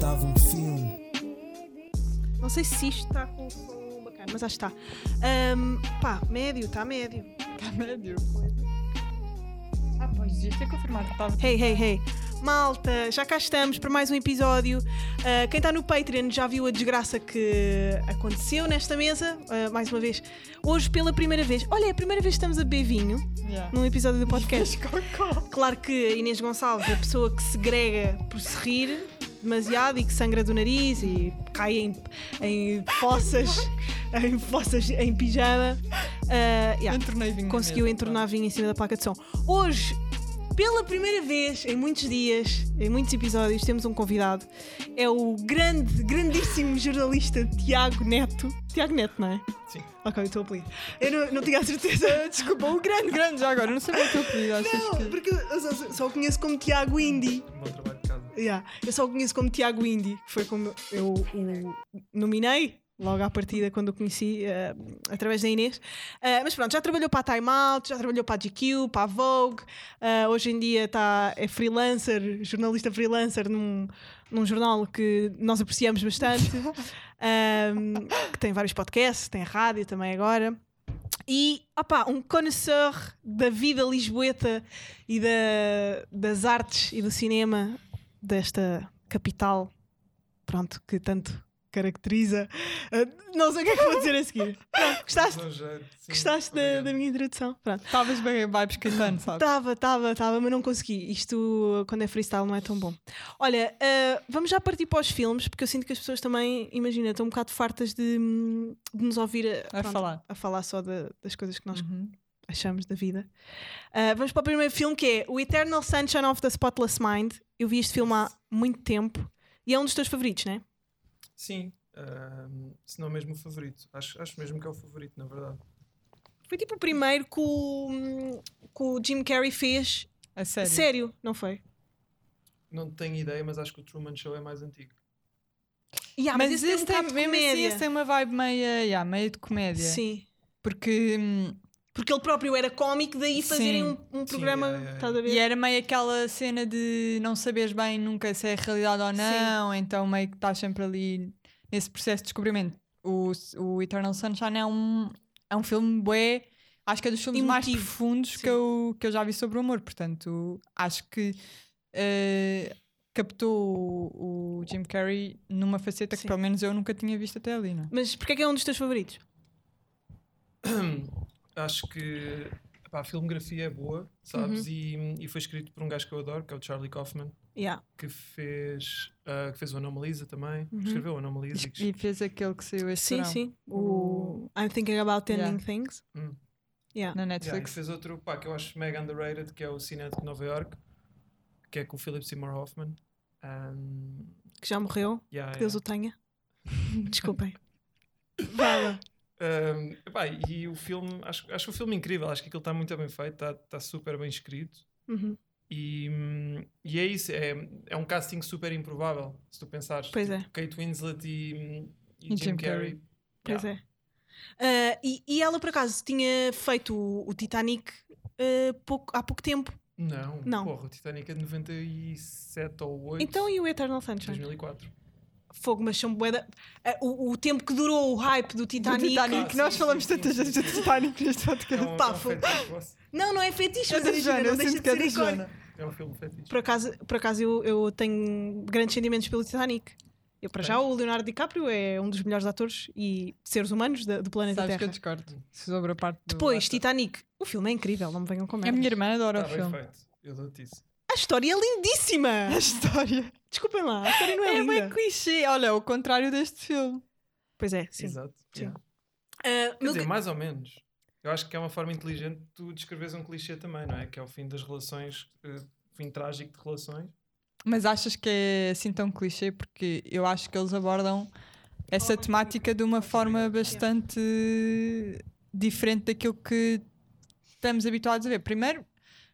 Estava um filme. Não sei se isto está com som bacana, mas acho que está. Médio, está médio. Está médio. Pois, devias ter confirmado que estava. Hey. Malta, já cá estamos para mais um episódio. Quem está no Patreon já viu a desgraça que aconteceu nesta mesa. Mais uma vez, hoje pela primeira vez. Olha, é a primeira vez que estamos a beber vinho num episódio do podcast. Claro que a Inês Gonçalves é a pessoa que se grega por se rir demasiado e que sangra do nariz e cai em poças em pijama. Conseguiu entornar vinho em cima da placa de som. Hoje, pela primeira vez em muitos dias, em muitos episódios, temos um convidado. É o grandíssimo jornalista Tiago Neto. Tiago Neto, não é? Sim. Ok, o teu apelido. Eu não tinha a certeza. Desculpa, o grande já agora. Eu não sei o teu apelido. Não, porque eu só o conheço como Tiago Indy. Um bom trabalho de casa. Eu só o conheço como Tiago Indy, que foi como eu o nominei logo à partida quando o conheci através da Inês. Mas pronto, já trabalhou para a Time Out, já trabalhou para a GQ, para a Vogue. Hoje em dia é freelancer, jornalista freelancer num jornal que nós apreciamos bastante, que tem vários podcasts, tem rádio também agora. E um conhecedor da vida lisboeta e das artes e do cinema desta capital, pronto, que tanto caracteriza. Não sei o que é que vou dizer a seguir. Pronto, gostaste da minha introdução? Estavas bem vibes cantando, sabe? Estava, mas não consegui. Isto, quando é freestyle, não é tão bom. Olha, vamos já partir para os filmes, porque eu sinto que as pessoas também, imagina, estão um bocado fartas de nos ouvir a falar só das coisas que nós achamos da vida. Vamos para o primeiro filme, que é o Eternal Sunshine of the Spotless Mind. Eu vi este filme há muito tempo e é um dos teus favoritos, não é? Sim, se não mesmo o favorito. Acho mesmo que é o favorito, na verdade. Foi tipo o primeiro que o Jim Carrey fez a sério. Sério, não foi? Não tenho ideia, mas acho que o Truman Show é mais antigo. Mas esse tem esse tem uma vibe meio de comédia. Sim. Porque ele próprio era cómico, daí fazerem um programa. Estás a ver? E era meio aquela cena de não saberes bem nunca se é realidade ou não, então meio que estás sempre ali nesse processo de descobrimento. O Eternal Sunshine é um filme bué, acho que é dos filmes mais profundos que eu já vi sobre o amor, portanto acho que captou o Jim Carrey numa faceta que pelo menos eu nunca tinha visto até ali, não é? Mas porquê é que é um dos teus favoritos? Acho que a filmografia é boa, sabes? E foi escrito por um gajo que eu adoro, que é o Charlie Kaufman, que fez o Anomalisa também, escreveu o Anomalisa e fez aquele que saiu este verão. Sim, o I'm Thinking About Ending Things na Netflix. E fez outro que eu acho mega underrated, que é o Cinema de Nova York, que é com o Philip Seymour Hoffman, que já morreu, que Deus o tenha. Desculpem. Fala. E o filme, acho o filme incrível, acho que aquilo está muito bem feito, está super bem escrito. E é isso, é um casting super improvável, se tu pensares. Pois é. Kate Winslet e Jim Carrey. Pois é. E ela por acaso tinha feito o Titanic há pouco tempo. Não. Porra, o Titanic é de 97 ou 8. Então e o Eternal Sunshine? 2004. Fogo, mas são bué o tempo que durou o hype do Titanic. Nós falamos tantas vezes do Titanic neste podcast. Não é fetiche, mas não deixa de ser icónico. É um filme fetiche. Por acaso eu tenho grandes sentimentos pelo Titanic. Para já o Leonardo DiCaprio é um dos melhores atores e seres humanos do planeta Sabes Terra. que eu discordo sobre a parte do Depois, Titanic, o filme é incrível, não me venham com merda. A minha irmã adora o filme. Feito. Eu dou-te isso. A história é lindíssima! A história... Desculpem lá, a história não é linda. É bem clichê, olha, é o contrário deste filme. Pois é, sim. Exato. Sim. Quer dizer, mais ou menos. Eu acho que é uma forma inteligente de tu descreveres um clichê também, não é? Que é o fim das relações, o fim trágico de relações. Mas achas que é assim tão clichê? Porque eu acho que eles abordam essa temática de uma forma bastante diferente daquilo que estamos habituados a ver. Primeiro,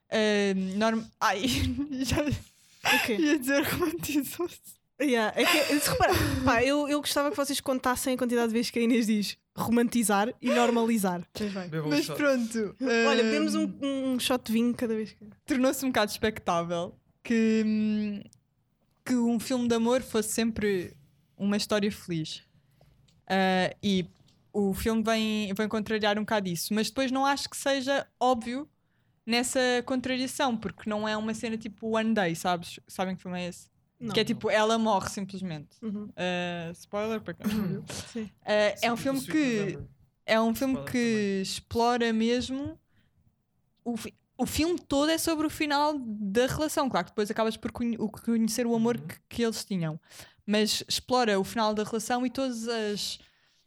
ia dizer romantizou-se. É que, se repara, eu gostava que vocês contassem a quantidade de vezes que a Inês diz romantizar e normalizar. Mas pronto, olha, bebemos um shot de vinho cada vez que... Tornou-se um bocado expectável que que um filme de amor fosse sempre uma história feliz. E o filme vem contrariar um bocado isso. Mas depois não acho que seja óbvio nessa contradição, porque não é uma cena tipo One Day, sabes? Sabem que filme é esse? Não. Que é tipo, ela morre simplesmente. Spoiler para quem não viu. É um filme que explora mesmo o filme todo é sobre o final da relação. Claro que depois acabas por conhecer o amor que eles tinham, mas explora o final da relação e todas as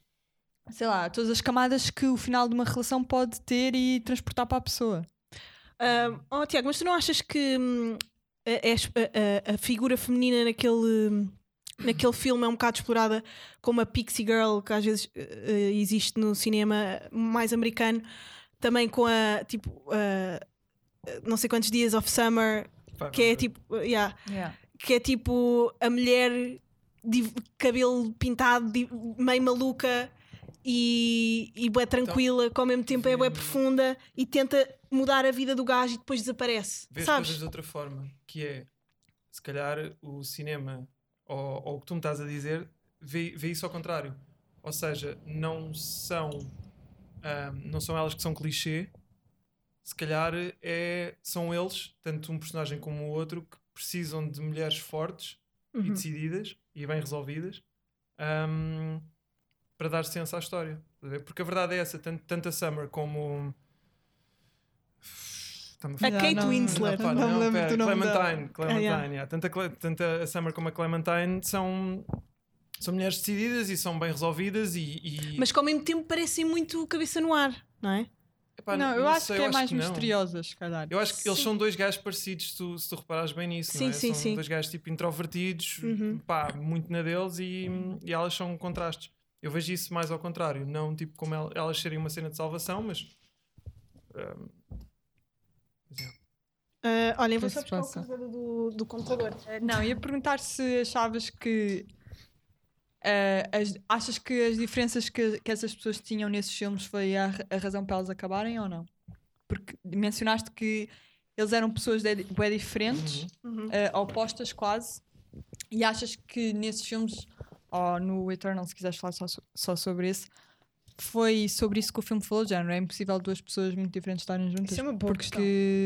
camadas que o final de uma relação pode ter e transportar para a pessoa. Tiago, mas tu não achas que a figura feminina naquele filme é um bocado explorada como a Pixie Girl que às vezes existe no cinema mais americano, também com a tipo não sei quantos dias of summer, que é tipo que é tipo a mulher de cabelo pintado meio maluca e bué tranquila, que ao mesmo tempo é bué profunda e tenta mudar a vida do gajo e depois desaparece. Vês sabes? coisas de outra forma, que é, se calhar o cinema ou o que tu me estás a dizer vê isso ao contrário. Ou seja, não são elas que são clichê, se calhar são eles, tanto um personagem como o outro, que precisam de mulheres fortes e decididas e bem resolvidas para dar senso à história. Porque a verdade é essa, tanto a Summer como a Kate Winslet, não me lembro do nome Clementine. Tanto a Summer como a Clementine são mulheres decididas e são bem resolvidas mas que ao mesmo tempo parecem muito cabeça no ar, não é? Epá, eu acho que é mais misteriosas, se calhar. Eu acho que eles são dois gajos parecidos, se tu reparares bem nisso, não é? São dois gajos tipo introvertidos, muito na deles e elas são contrastes. Eu vejo isso mais ao contrário, não tipo como elas serem uma cena de salvação, mas olha, eu vou só buscar o carregador do computador. Não, ia perguntar se achavas que achas que as diferenças que essas pessoas tinham nesses filmes foi a razão para elas acabarem ou não? Porque mencionaste que eles eram pessoas bem diferentes, opostas quase, e achas que nesses filmes, ou no Eternal, se quiseres falar só sobre isso, foi sobre isso que o filme falou, já não é impossível duas pessoas muito diferentes estarem juntas? Isso é uma boa porque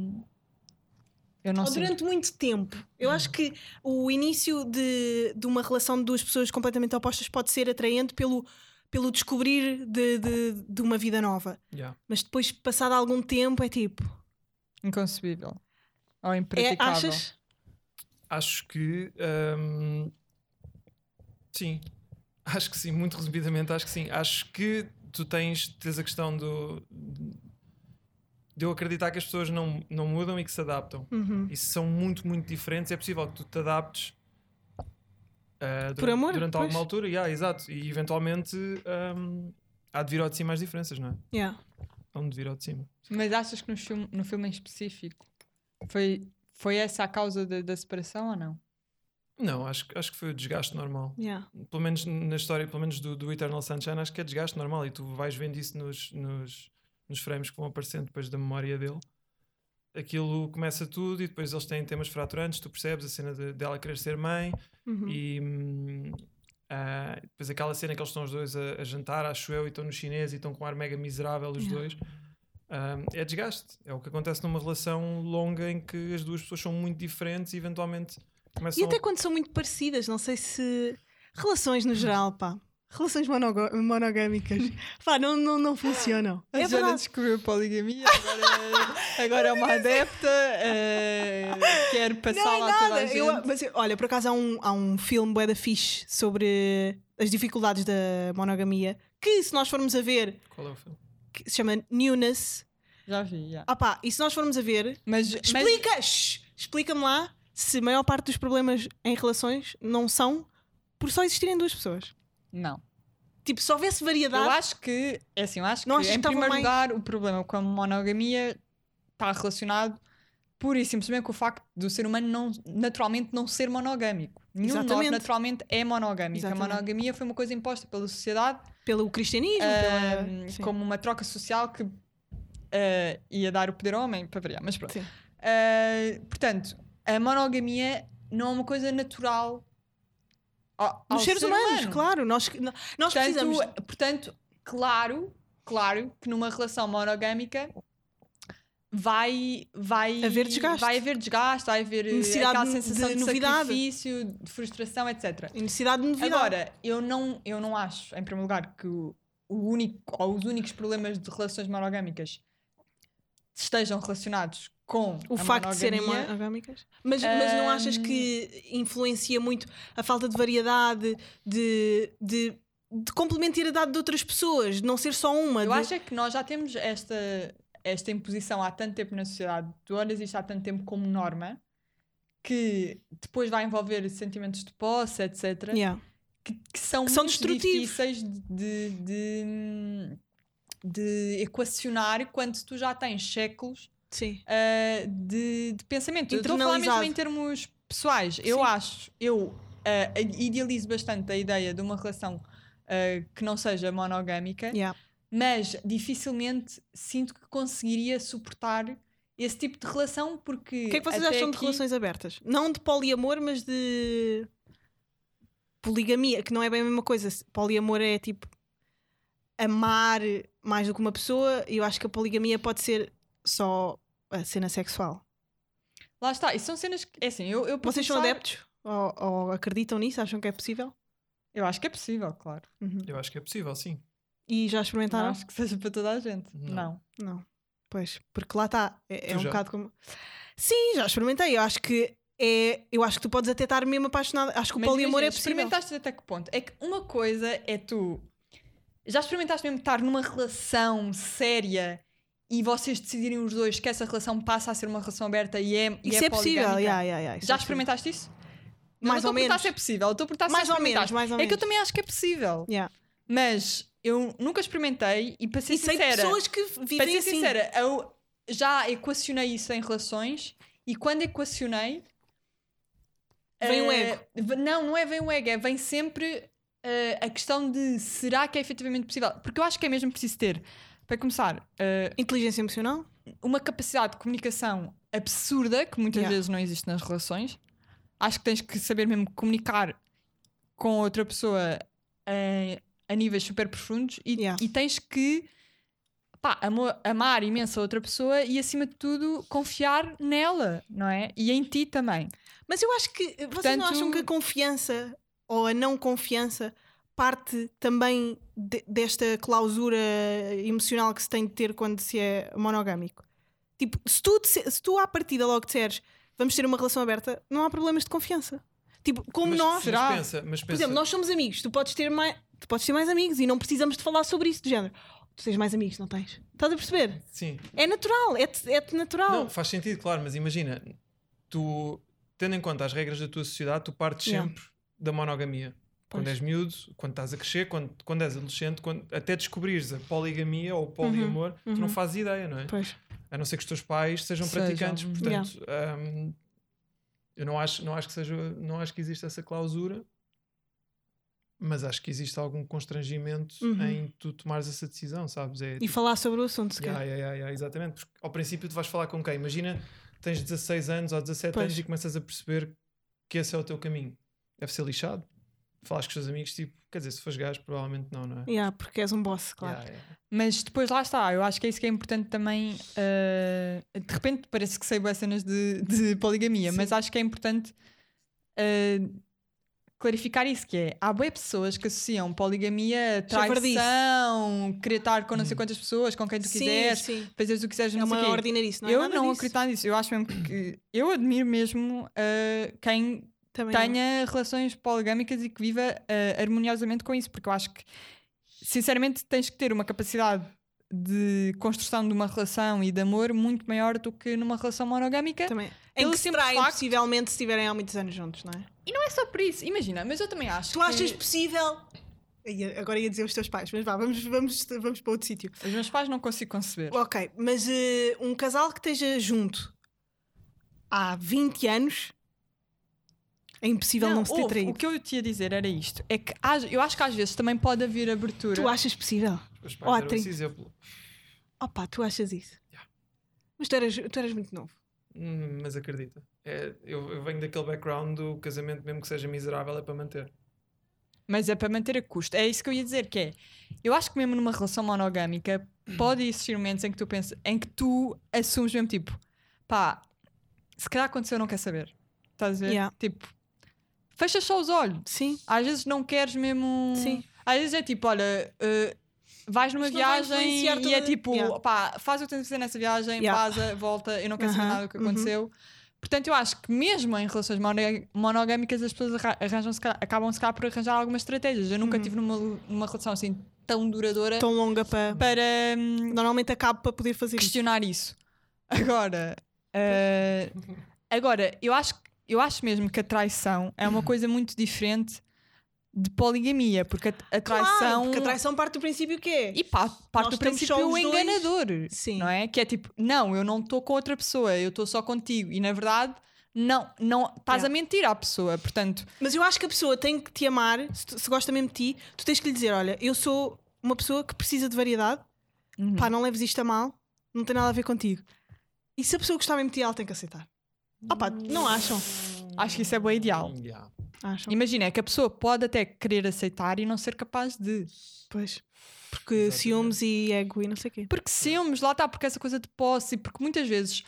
eu não sei. Durante muito tempo. Eu acho que o início de uma relação de duas pessoas completamente opostas pode ser atraente pelo descobrir de uma vida nova. Mas depois, passado algum tempo, é tipo... inconcebível. Ou impraticável. Achas? Acho que... sim. Acho que sim. Muito resumidamente, acho que sim. Acho que tu tens a questão de eu acreditar que as pessoas não mudam e que se adaptam. E se são muito, muito diferentes, é possível que tu te adaptes durante alguma altura. Exato. E eventualmente há de vir ao de cima as diferenças, não é? Há de vir ao de cima. Mas achas que no filme em específico foi essa a causa da separação ou não? Não, acho que foi o desgaste normal. Pelo menos na história, pelo menos do Eternal Sunshine, acho que é desgaste normal e tu vais vendo isso nos frames que vão aparecendo depois da memória dele. Aquilo começa tudo e depois eles têm temas fraturantes, tu percebes a cena dela querer ser mãe e depois aquela cena que eles estão os dois a jantar, acho eu, e estão no chinês e estão com um ar mega miserável os dois. É desgaste. É o que acontece numa relação longa em que as duas pessoas são muito diferentes e eventualmente começam... E até quando são muito parecidas, não sei se... Relações no geral, pá. Relações monogâmicas. Pá, não funcionam. A Joana descobriu a poligamia, agora é uma adepta, quer passá-la a toda a gente. Mas, olha, por acaso há um filme bué da fixe sobre as dificuldades da monogamia, que se nós formos a ver... Qual é o filme? Que se chama Newness. Já vi, já. E se nós formos a ver... Mas explica-me lá se a maior parte dos problemas em relações não são por só existirem duas pessoas. Não. Tipo, se houvesse variedade... Eu acho que em primeiro lugar o problema com a monogamia está relacionado pura e simplesmente com o facto do ser humano naturalmente não ser monogâmico. Nenhum de nós naturalmente é monogâmico. A monogamia foi uma coisa imposta pela sociedade, pelo cristianismo, como uma troca social que ia dar o poder ao homem, para variar. Mas pronto. Portanto, a monogamia não é uma coisa natural ao Nos seres ser humanos, humano. claro. Nós precisamos... Portanto, claro que numa relação monogâmica vai haver desgaste. vai haver Necessidade aquela sensação de novidade. sacrifício, de frustração, etc. E necessidade de novidade. Agora, eu não acho, em primeiro lugar, que os únicos problemas de relações monogâmicas estejam relacionados com o a facto de serem monogamia. monogâmicas. Mas não achas que influencia muito a falta de variedade, de complementariedade de outras pessoas, de não ser só uma? Eu acho é que nós já temos esta imposição há tanto tempo na sociedade, tu olhas isto há tanto tempo como norma, que depois vai envolver sentimentos de posse, etc. Yeah. Que são são muito destrutivos. difíceis de equacionar quando tu já tens séculos Sim. de pensamento. Eu estou a falar mesmo em termos pessoais. Eu idealizo bastante a ideia de uma relação que não seja monogâmica, Yeah. mas dificilmente sinto que conseguiria suportar esse tipo de relação, porque... O que é que vocês acham de relações abertas? Não de poliamor, mas de poligamia, que não é bem a mesma coisa. Poliamor é tipo amar mais do que uma pessoa, e eu acho que a poligamia pode ser só a cena sexual. Lá está, e são cenas que... É assim, eu Vocês são adeptos? Ou acreditam nisso? Acham que é possível? Eu acho que é possível, claro. Eu acho que é possível, sim. E já experimentaram? Não acho que seja para toda a gente. Não. Não. Pois, porque lá está. É um já? bocado como... Sim, já experimentei. Eu acho que tu podes até estar mesmo apaixonado. Acho que Mas o poliamor imagina, é possível. experimentaste até que ponto? É que uma coisa é tu... Já experimentaste mesmo estar numa relação séria e vocês decidirem os dois que essa relação passa a ser uma relação aberta e é Isso é possível. poligâmica? Isso Já é possível. experimentaste isso? Mais ou não estou a perguntar menos. se é possível, estou a perguntar se Mais já ou menos, experimentaste. mais ou É que eu menos. também acho que é possível. Yeah. Mas eu nunca experimentei e para ser E sei de sincera... pessoas que Para vivem ser assim. sincera, eu já equacionei isso em relações e quando equacionei... Vem o ego. Não é vem o ego, vem sempre a questão de será que é efetivamente possível? Porque eu acho que é mesmo preciso ter, para começar, Inteligência emocional? uma capacidade de comunicação absurda, que muitas Yeah. vezes não existe nas relações. Acho que tens que saber mesmo comunicar com outra pessoa a níveis super profundos Yeah. e tens que amar imenso a outra pessoa e, acima de tudo, confiar nela, não é? E em ti também. Mas eu acho que vocês não acham que a confiança ou a não confiança parte também desta clausura emocional que se tem de ter quando se é monogâmico? Tipo, se tu à partida logo disseres vamos ter uma relação aberta, não há problemas de confiança. Tipo, como nós... Mas Por exemplo, nós somos amigos, tu podes ter mais amigos e não precisamos de falar sobre isso, do género. Tu tens mais amigos, não tens? Estás a perceber? Sim. É natural, é natural. Não, faz sentido, claro, mas imagina, tu, tendo em conta as regras da tua sociedade, tu partes sempre da monogamia. Quando és miúdo, quando estás a crescer, quando és adolescente, até descobrires a poligamia ou o poliamor, tu não fazes ideia, não é? Pois. A não ser que os teus pais sejam praticantes. Portanto, eu não acho que existe essa clausura, mas acho que existe algum constrangimento em tu tomares essa decisão, sabes? E falar sobre o assunto, se calhar. Exatamente. Porque ao princípio tu vais falar com quem? Imagina, tens 16 anos ou 17 anos e começas a perceber que esse é o teu caminho. Deve ser lixado. Falas com os teus amigos, tipo, quer dizer, se fores gajo, provavelmente não é? Porque és um boss, claro. Mas depois lá está, eu acho que é isso que é importante também. De repente parece que sei boas cenas de poligamia, mas acho que é importante clarificar isso, que é, há boas pessoas que associam poligamia a traição, querer estar com não sei quantas pessoas, com quem tu quiseres, fazeres o que quiseres, não sei o quê. Ordinarice, não é? Eu não acredito nisso. Eu acho mesmo que eu admiro mesmo quem também tenha relações poligâmicas e que viva harmoniosamente com isso, porque eu acho que sinceramente tens que ter uma capacidade de construção de uma relação e de amor muito maior do que numa relação monogâmica. Também. Em que se traem possivelmente se estiverem há muitos anos juntos, não é? E não é só por isso, imagina, mas eu também acho Tu achas possível... Agora ia dizer os teus pais, mas vá, vamos para outro sítio. Os meus pais não consigo conceber. Ok, mas um casal que esteja junto há 20 anos é impossível não se ter traído. O que eu te ia dizer era isto, é que eu acho que às vezes também pode haver abertura. Tu achas possível? Os pais deram esse exemplo. Opa, tu achas isso? Mas tu eras muito novo. Mas acredita. eu venho daquele background do casamento, mesmo que seja miserável, é para manter. Mas é para manter a custo. É isso que eu ia dizer, que é... Eu acho que mesmo numa relação monogâmica pode existir momentos em que tu pensas... Em que tu assumes mesmo, tipo... Pá, se calhar aconteceu, não quer saber. Estás a ver? Yeah. Tipo... Fechas só os olhos. Sim. Às vezes não queres mesmo... Sim. Às vezes é tipo, olha... vais numa Isto não vai viagem influenciar e é toda- tipo... Yeah. Pá, faz o que tens de fazer nessa viagem, Yeah. vaza, volta. Eu não quero saber Uh-huh, nada do que aconteceu. Portanto, eu acho que mesmo em relações monogâmicas as pessoas acabam se calhar por arranjar algumas estratégias. Eu nunca tive numa relação assim tão duradoura Tão longa para normalmente acabo para poder fazer isso. questionar isso. Agora, eu acho mesmo que a traição é uma coisa muito diferente de poligamia, porque a traição... Claro, porque a traição parte do princípio que é. E parte Nós do estamos só princípio os dois. enganador, Sim. não é? Que é tipo, não, eu não estou com outra pessoa, eu estou só contigo. E na verdade, não estás Yeah. a mentir à pessoa, portanto... Mas eu acho que a pessoa tem que te amar, se gosta mesmo de ti, tu tens que lhe dizer: olha, eu sou uma pessoa que precisa de variedade, pá, não leves isto a mal, não tem nada a ver contigo. E se a pessoa gostar mesmo de ti, ela tem que aceitar. Pá, não acham? Acho que isso é bem ideal. Yeah. Acham? Imagina, é que a pessoa pode até querer aceitar e não ser capaz de. Pois. Porque Exatamente. ciúmes e ego e não sei o quê. Porque ciúmes, lá está, porque essa coisa de posse, porque muitas vezes,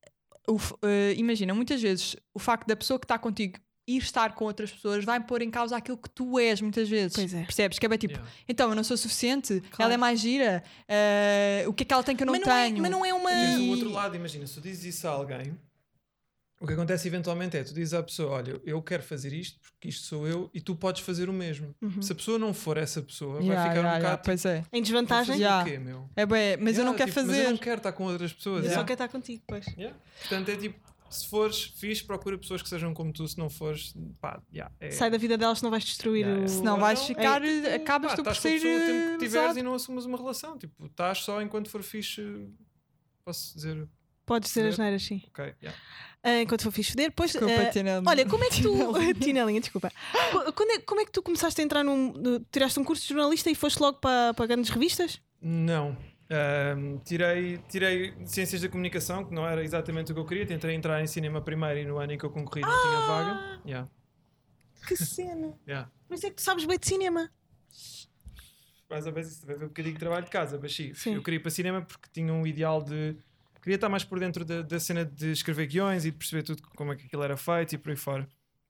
imagina, muitas vezes o facto da pessoa que está contigo ir estar com outras pessoas vai pôr em causa aquilo que tu és, muitas vezes. Pois é. Percebes? Que é bem tipo, Yeah. então eu não sou suficiente, Claro. ela é mais gira, o que é que ela tem que eu não Mas tenho? mas não é uma. Tens o outro lado, imagina, se tu dizes isso a alguém, o que acontece eventualmente é, tu dizes à pessoa, olha, eu quero fazer isto porque isto sou eu e tu podes fazer o mesmo. Se a pessoa não for essa pessoa, vai ficar um bocado pois é. Em tipo, desvantagem, fazer Yeah. o quê, meu? É bem, mas eu não quero tipo, fazer. Mas eu não quero estar com outras pessoas. eu Yeah. só quero estar contigo, pois. Yeah. Portanto, é tipo, se fores fixe, procura pessoas que sejam como tu, se não fores, pá, Sai da vida delas, não vais destruir Yeah, o. yeah. Senão Ou vais não, ficar, tipo, acabas pá, tu por estás com a ser pessoa o tempo que tiveres usado. e não assumas uma relação. Tipo, estás só enquanto for fixe, posso dizer, Podes dizer as neiras, sim. ok, yeah. Enquanto for fixe foder. Depois, Desculpa, Tina. olha, como é que tu. Tinelinha, desculpa. Como é que tu começaste a entrar tiraste um curso de jornalista e foste logo para grandes revistas? Não. Tirei Ciências da Comunicação, que não era exatamente o que eu queria. Tentei entrar em cinema primeiro e no ano em que eu concorri não tinha vaga. Yeah. Que cena! Yeah. Por isso é que tu sabes bem de cinema. Mais ou menos isso, também foi um bocadinho de trabalho de casa, mas sim, Sim. eu queria ir para cinema porque tinha um ideal de... Queria estar mais por dentro da cena de escrever guiões e de perceber tudo como é que aquilo era feito e por aí fora.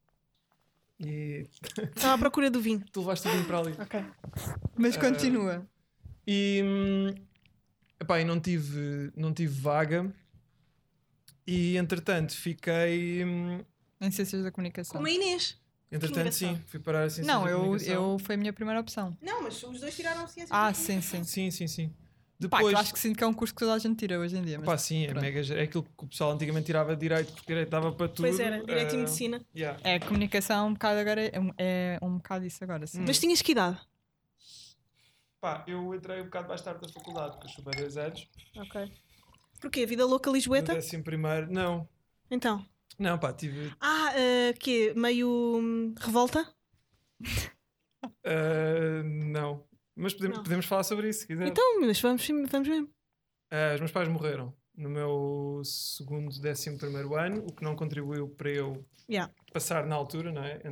E Estava à procura do vinho. tu levaste o vinho para ali. Ok. Mas continua. E, epá, e não tive vaga e entretanto fiquei... Em Ciências da Comunicação. Como a Inês. Entretanto Comunicação. sim, fui parar a Ciências Não, da Comunicação. eu foi a minha primeira opção. Não, mas os dois tiraram ciências. Ah, sim, sim. Sim. Pá, que Depois... eu acho que sinto que é um curso que toda a gente tira hoje em dia. Mas Pá, sim, é, pronto. mega, é aquilo que o pessoal antigamente tirava de direito, porque direito dava para tudo. Pois era, direito e medicina. Yeah. É, comunicação um bocado agora é um bocado isso agora, sim. Mas tinhas que idade? Pá, eu entrei um bocado mais tarde da faculdade, porque eu chupei 2 anos. Ok. Porquê? Vida louca No lisboeta? 11º, não. Então. Não, pá, tive... Quê? Meio revolta? não. Mas Não. podemos falar sobre isso, se quiser. Então, mas vamos mesmo. Os meus pais morreram no meu 11º ano, o que não contribuiu para eu Yeah. passar na altura, não é?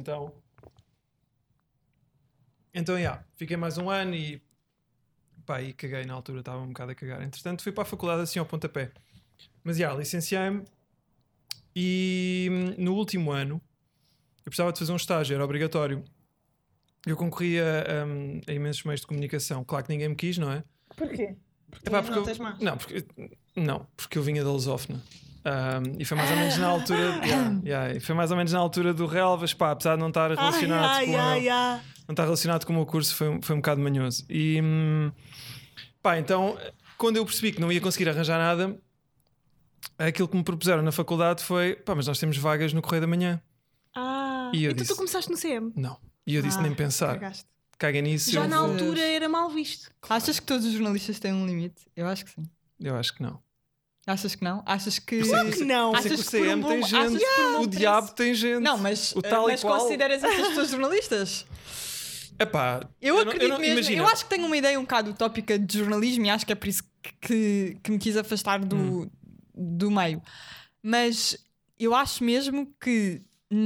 Então, fiquei mais um ano e pá, e caguei na altura, estava um bocado a cagar. Entretanto, fui para a faculdade assim ao pontapé. Mas licenciei-me e no último ano eu precisava de fazer um estágio, era obrigatório. Eu concorria a imensos meios de comunicação. Claro que ninguém me quis, não é? Porquê? Epá, porque notas más. porque eu vinha da Lusófona. E foi mais ou menos na altura e foi mais ou menos na altura do Relvas, pá, apesar de não estar relacionado não estar relacionado com o meu curso, foi um bocado manhoso. E pá, então quando eu percebi que não ia conseguir arranjar nada, aquilo que me propuseram na faculdade foi, pá, mas nós temos vagas no Correio da Manhã. E eu então disse, tu começaste no CM? não. E eu disse nem pensar, Cagaste. caga nisso. Já eu na vou- altura era mal visto. Achas que todos os jornalistas têm um limite? Eu acho que sim. Eu acho que não. Achas que não? Achas que. Claro que não. Achas Sei que o que por um CM bom- tem achas gente, que por um bom o preço- diabo tem gente. Não, mas, o tal mas e qual. consideras essas pessoas jornalistas? Epá, Eu não- acredito não- mesmo. imagina. Eu acho que tenho uma ideia um bocado utópica de jornalismo e acho que é por isso que me quis afastar do meio. Mas eu acho mesmo que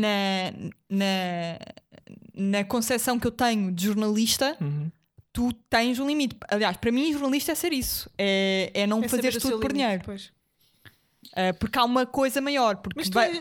na concepção que eu tenho de jornalista, tu tens um limite. Aliás, para mim, jornalista é ser isso: é não fazer tudo por dinheiro. Porque há uma coisa maior, porque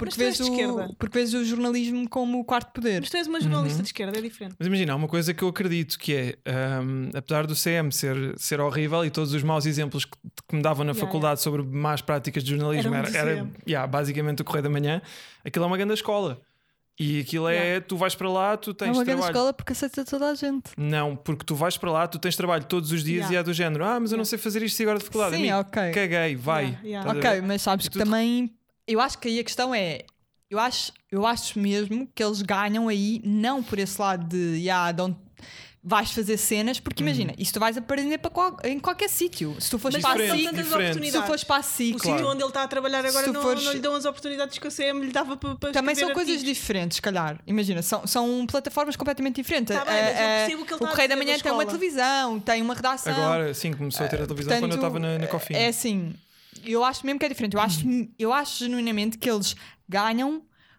vejo o jornalismo como o quarto poder. Mas tu és uma jornalista de esquerda, é diferente. Mas imagina, há uma coisa que eu acredito que é, apesar do CM ser horrível e todos os maus exemplos que me davam na faculdade sobre más práticas de jornalismo era basicamente o Correio da Manhã, aquilo é uma grande escola. E aquilo tu vais para lá, tu tens trabalho. É uma grande escola porque aceita toda a gente. Não, porque tu vais para lá, tu tens trabalho todos os dias e é do género. Mas eu não sei fazer isto agora de faculdade. Sim, ok. Caguei, vai. Ok, mas sabes que também... Eu acho que aí a questão é... Eu acho mesmo que eles ganham aí, não por esse lado de vais fazer cenas, porque imagina, isso tu vais aprender em qualquer sítio. Se tu fores para a SIC, se tu fores para a SIC, o sítio onde ele está a trabalhar agora não lhe dão as oportunidades que o CM lhe dava para também são coisas diferentes, se calhar. Imagina, são plataformas completamente diferentes. Tá bem, mas eu percebo que ele o Correio da Manhã tem uma televisão, tem uma redação. Agora sim, começou a ter a televisão quando eu estava na Cofina. É assim, eu acho mesmo que é diferente. Eu acho genuinamente que eles ganham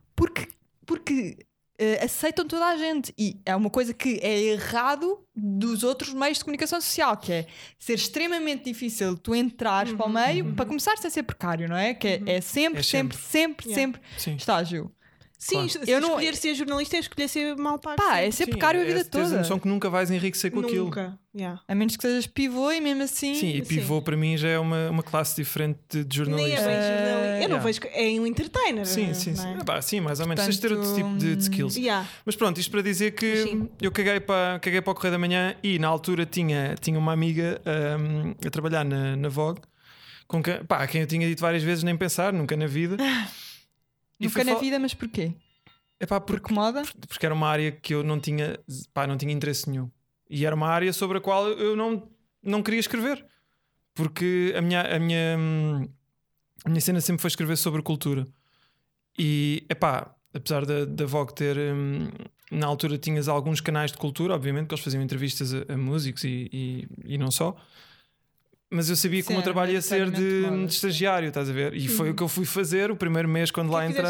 porque aceitam toda a gente, e é uma coisa que é errado dos outros meios de comunicação social, que é ser extremamente difícil tu entrares para o meio, para começares a ser precário, não é? Que é sempre estágio. Sim, claro. Escolher ser jornalista é escolher ser mal pago. É ser precário a vida toda. Tens a noção que nunca vais enriquecer com aquilo. A menos que sejas pivô, e mesmo assim. Sim, e pivô para mim já é uma classe diferente de jornalista. Nem é bem jornalista. Eu não vejo. É um entertainer. Sim. Sim, mais ou menos. Tens de ter outro tipo de skills. Mas pronto, isto para dizer que eu caguei para o Correio da Manhã e na altura tinha uma amiga a trabalhar na Vogue, com quem eu tinha dito várias vezes nem pensar, nunca na vida. Nunca na vida, mas porquê? Porque moda? Porque era uma área que eu não tinha interesse nenhum. E era uma área sobre a qual eu não queria escrever. Porque a minha cena sempre foi escrever sobre cultura. E, apesar da Vogue ter... na altura tinhas alguns canais de cultura, obviamente, que eles faziam entrevistas a músicos e não só. Mas eu sabia que o meu trabalho ia ser de estagiário, estás a ver? E foi o que eu fui fazer o primeiro mês quando lá entrei.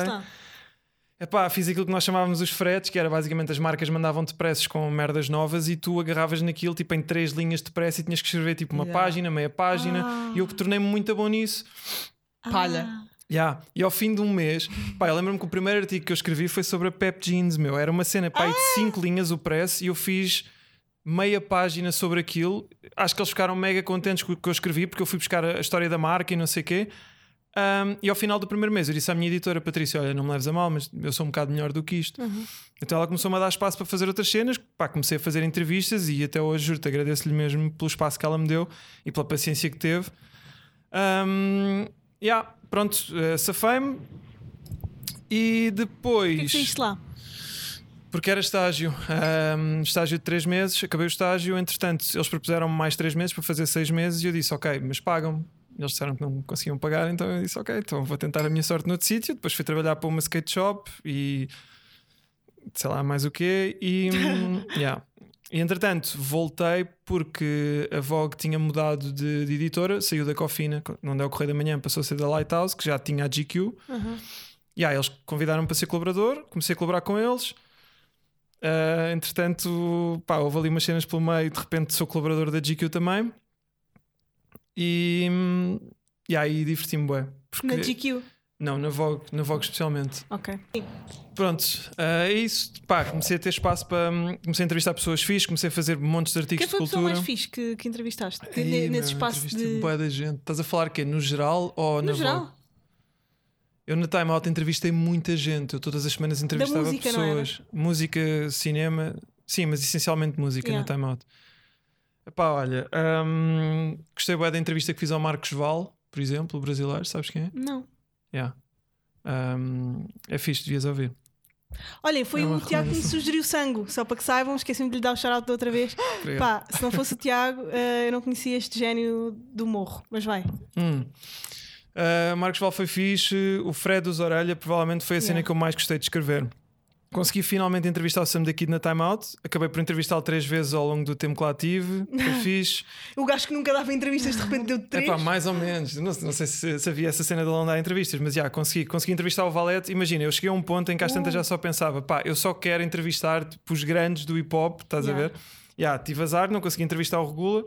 Fiz aquilo que nós chamávamos os fretes, que era basicamente as marcas mandavam-te presses com merdas novas e tu agarravas naquilo tipo em 3 linhas de pressa e tinhas que escrever tipo uma página, meia página. E eu tornei-me muito bom nisso. Palha. E ao fim de um mês, eu lembro-me que o primeiro artigo que eu escrevi foi sobre a Pep Jeans, meu. Era uma cena de 5 linhas o press e eu fiz meia página sobre aquilo. Acho que eles ficaram mega contentes com o que eu escrevi, porque eu fui buscar a história da marca e não sei o quê. E ao final do primeiro mês eu disse à minha editora Patrícia: olha, não me leves a mal, mas eu sou um bocado melhor do que isto. Então ela começou-me a dar espaço para fazer outras cenas. Comecei a fazer entrevistas e até hoje, juro-te, agradeço-lhe mesmo pelo espaço que ela me deu e pela paciência que teve. Pronto, safei-me. E depois... O que saíste lá? Porque era estágio de 3 meses. Acabei o estágio, entretanto eles propuseram-me mais 3 meses para fazer 6 meses e eu disse ok, mas pagam-me. Eles disseram que não conseguiam pagar, então eu disse ok, então vou tentar a minha sorte noutro sítio. Depois fui trabalhar para uma skate shop e sei lá mais o quê. E entretanto voltei porque a Vogue tinha mudado de editora, saiu da Cofina, onde é o Correio da Manhã, passou a ser da Lighthouse, que já tinha a GQ. Eles convidaram-me para ser colaborador, comecei a colaborar com eles. Entretanto, houve ali umas cenas pelo meio, de repente sou colaborador da GQ também. E aí diverti-me bué. Na GQ? Não, na Vogue especialmente. Ok. Pronto, é isso. Comecei a ter espaço para... Comecei a entrevistar pessoas fixes, comecei a fazer montes de artigos de cultura. Quem foi a pessoa mais fixe que entrevistaste? Nesse espaço de... bué da gente. Estás a falar quê? No geral ou na geral? Vogue? Eu na Time Out entrevistei muita gente. Eu todas as semanas entrevistava música, pessoas. Música, cinema. Sim, mas essencialmente música na Time Out. Olha, gostei bem da entrevista que fiz ao Marcos Val, por exemplo, o brasileiro. Sabes quem é? Não. É fixe, devias ouvir. Olhem, foi o Tiago que me sugeriu Sango. Só para que saibam, esqueci-me de lhe dar o shout-out da outra vez. Se não fosse o Tiago, eu não conhecia este gênio do morro. Mas vai. Marcos Val foi fixe. O Fred dos Orelha provavelmente foi a cena que eu mais gostei de escrever. Consegui finalmente entrevistar o Sam da Kid na Time Out. Acabei por entrevistá-lo 3 vezes ao longo do tempo que lá tive. Foi fixe. O gajo que nunca dava entrevistas de repente deu 3. Mais ou menos. Não sei se havia essa cena de ele não dar entrevistas, mas consegui entrevistar o Valete. Imagina, eu cheguei a um ponto em que às tantas já só pensava, eu só quero entrevistar tipo, os grandes do hip hop, estás a ver? Tive azar, não consegui entrevistar o Regula.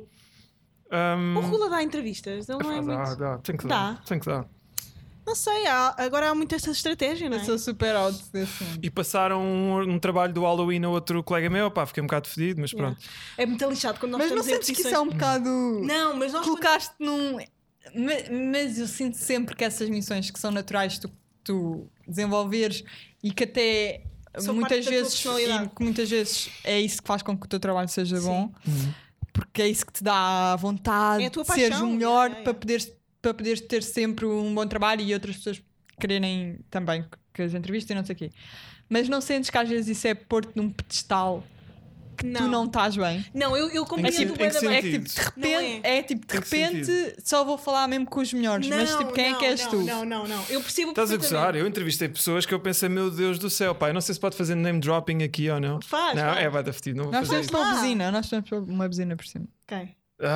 O Regula dá entrevistas, ele não é muito... Tem que dar. Não sei, agora há muito essa estratégia, não é? Eu sou super out desse mundo. E passaram um trabalho do Halloween a outro colega meu, fiquei um bocado fedido, mas pronto. É muito lixado quando nós mas não estamos sentes que isso é um bocado... Não, mas nós... Colocaste num... Mas eu sinto sempre que essas missões que são naturais tu desenvolveres e que até muitas vezes é isso que faz com que o teu trabalho seja bom, porque é isso que te dá a vontade de seres o melhor para poderes ter sempre um bom trabalho e outras pessoas quererem também que as entrevistas e não sei o quê. Mas não sentes que às vezes isso é pôr-te num pedestal que tu não estás bem? Não, eu compreendo é tipo, de repente só vou falar mesmo com os melhores, mas tipo, quem é que és tu? Não, eu percebo. Estás a gozar? Eu entrevistei pessoas que eu pensei, meu Deus do céu, não sei se pode fazer name dropping aqui ou não. Faz. Vai dar fedido, não vou nós fazer temos uma buzina, nós temos uma buzina por cima. Ok.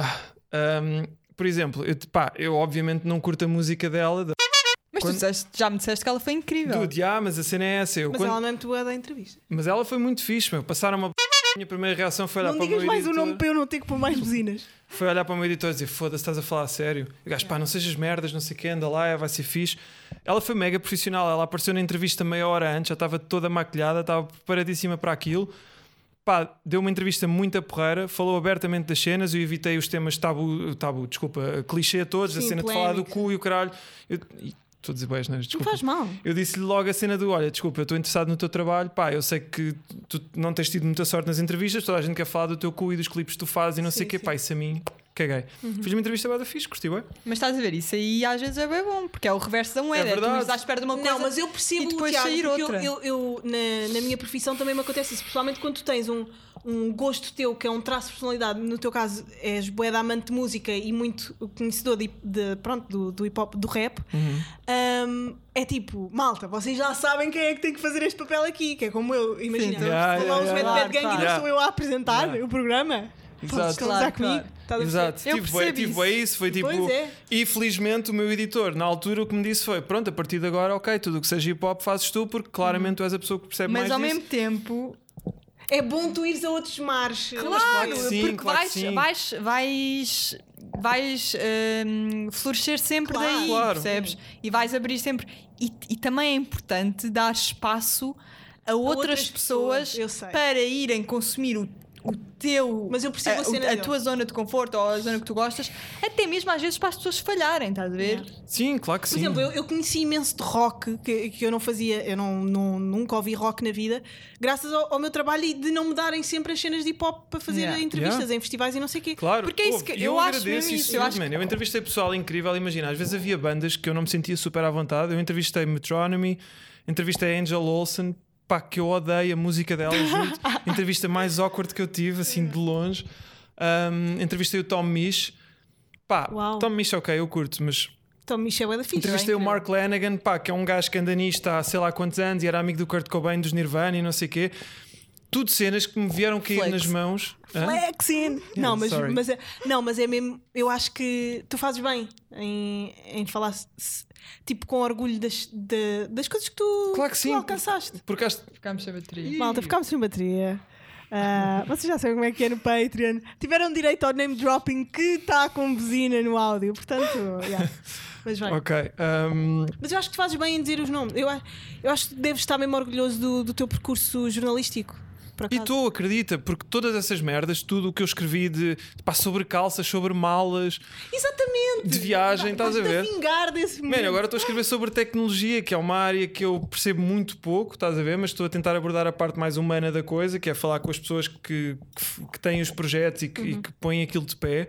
Por exemplo, eu obviamente não curto a música dela. Mas tu já me disseste que ela foi incrível. Mas a cena é essa. Ela não é muito boa da entrevista. Mas ela foi muito fixe, meu. Passaram uma... A minha primeira reação foi olhar para o meu editor. Não digas mais o nome para eu não ter que pôr mais buzinas. Foi olhar para o meu editor e dizer, foda-se, estás a falar a sério. O gajo, não sejas merdas, não sei o que, anda lá, vai ser fixe. Ela foi mega profissional. Ela apareceu na entrevista meia hora antes, já estava toda maquilhada, estava preparadíssima para aquilo. Deu uma entrevista muito a porreira, falou abertamente das cenas. Eu evitei os temas clichê todos, a cena de falar do cu e o caralho. Estou a dizer bem, desculpa. Não faz mal. Eu disse-lhe logo a cena do, olha, desculpa, eu estou interessado no teu trabalho, eu sei que tu não tens tido muita sorte nas entrevistas, toda a gente quer falar do teu cu e dos clipes que tu fazes e não sei o quê, isso a mim, caguei. Fiz uma entrevista bem fixe, curti bem. Mas estás a ver, isso aí às vezes é bem bom, porque é o reverso da moeda. É verdade. Tu estás à espera de uma coisa. Não, mas eu percebo e depois Tiago, sair outra. Eu na minha profissão também me acontece isso, principalmente quando tu tens um gosto teu, que é um traço de personalidade. No teu caso és bué de amante de música e muito conhecedor do hip hop, do rap. É tipo, malta, vocês já sabem quem é que tem que fazer este papel aqui, que é como eu, imagina, falamos Red Bad Gang e não sou eu a apresentar o programa. Exato. Comigo. Exato. Tipo, é isso. Foi tipo. E felizmente o meu editor, na altura, o que me disse foi: pronto, a partir de agora, ok, tudo o que seja hip hop fazes tu, porque claramente tu és a pessoa que percebe mais disso. Mas ao mesmo tempo. É bom tu ires a outros mares. Claro, sim, porque vais florescer sempre daí, percebes? E vais abrir sempre. E também é importante dar espaço a outras pessoas para irem consumir o teu, mas eu percebo a tua zona de conforto ou a zona que tu gostas, até mesmo às vezes para as pessoas falharem, estás a ver? Sim, claro que sim. Por exemplo, eu conheci imenso de rock que eu não fazia, eu nunca ouvi rock na vida, graças ao meu trabalho e de não me darem sempre as cenas de hip hop para fazer entrevistas em festivais e não sei o quê. Claro, porque é isso que eu acho mesmo isso. Eu entrevistei pessoal incrível, imagina, às vezes havia bandas que eu não me sentia super à vontade. Eu entrevistei Metronomy, entrevistei Angel Olsen, que eu odeio a música dela, juro. Entrevista mais awkward que eu tive, assim de longe. Entrevistei o Tom Misch. Tom Misch, ok, eu curto, mas Tom Misch é da fixe. Entrevistei o Mark Lanegan, que é um gajo que anda nisto há sei lá quantos anos e era amigo do Kurt Cobain, dos Nirvana e não sei o quê. Tudo cenas que me vieram cair nas mãos. Flexing! Não, mas é mesmo. Eu acho que tu fazes bem em falar tipo com orgulho das coisas que tu, claro que sim, alcançaste. Porque ficámos sem bateria. Malta, ficámos sem bateria. Vocês já sabem como é que é no Patreon. Tiveram direito ao name dropping que está com buzina no áudio. Portanto, mas vai. Ok. Mas eu acho que tu fazes bem em dizer os nomes. Eu acho que deves estar mesmo orgulhoso do teu percurso jornalístico. E tu acredita, porque todas essas merdas, tudo o que eu escrevi sobre calças, sobre malas, exatamente, de viagem, estás a ver? Agora estou a escrever sobre tecnologia, que é uma área que eu percebo muito pouco, estás a ver? Mas estou a tentar abordar a parte mais humana da coisa, que é falar com as pessoas que têm os projetos e que põem aquilo de pé.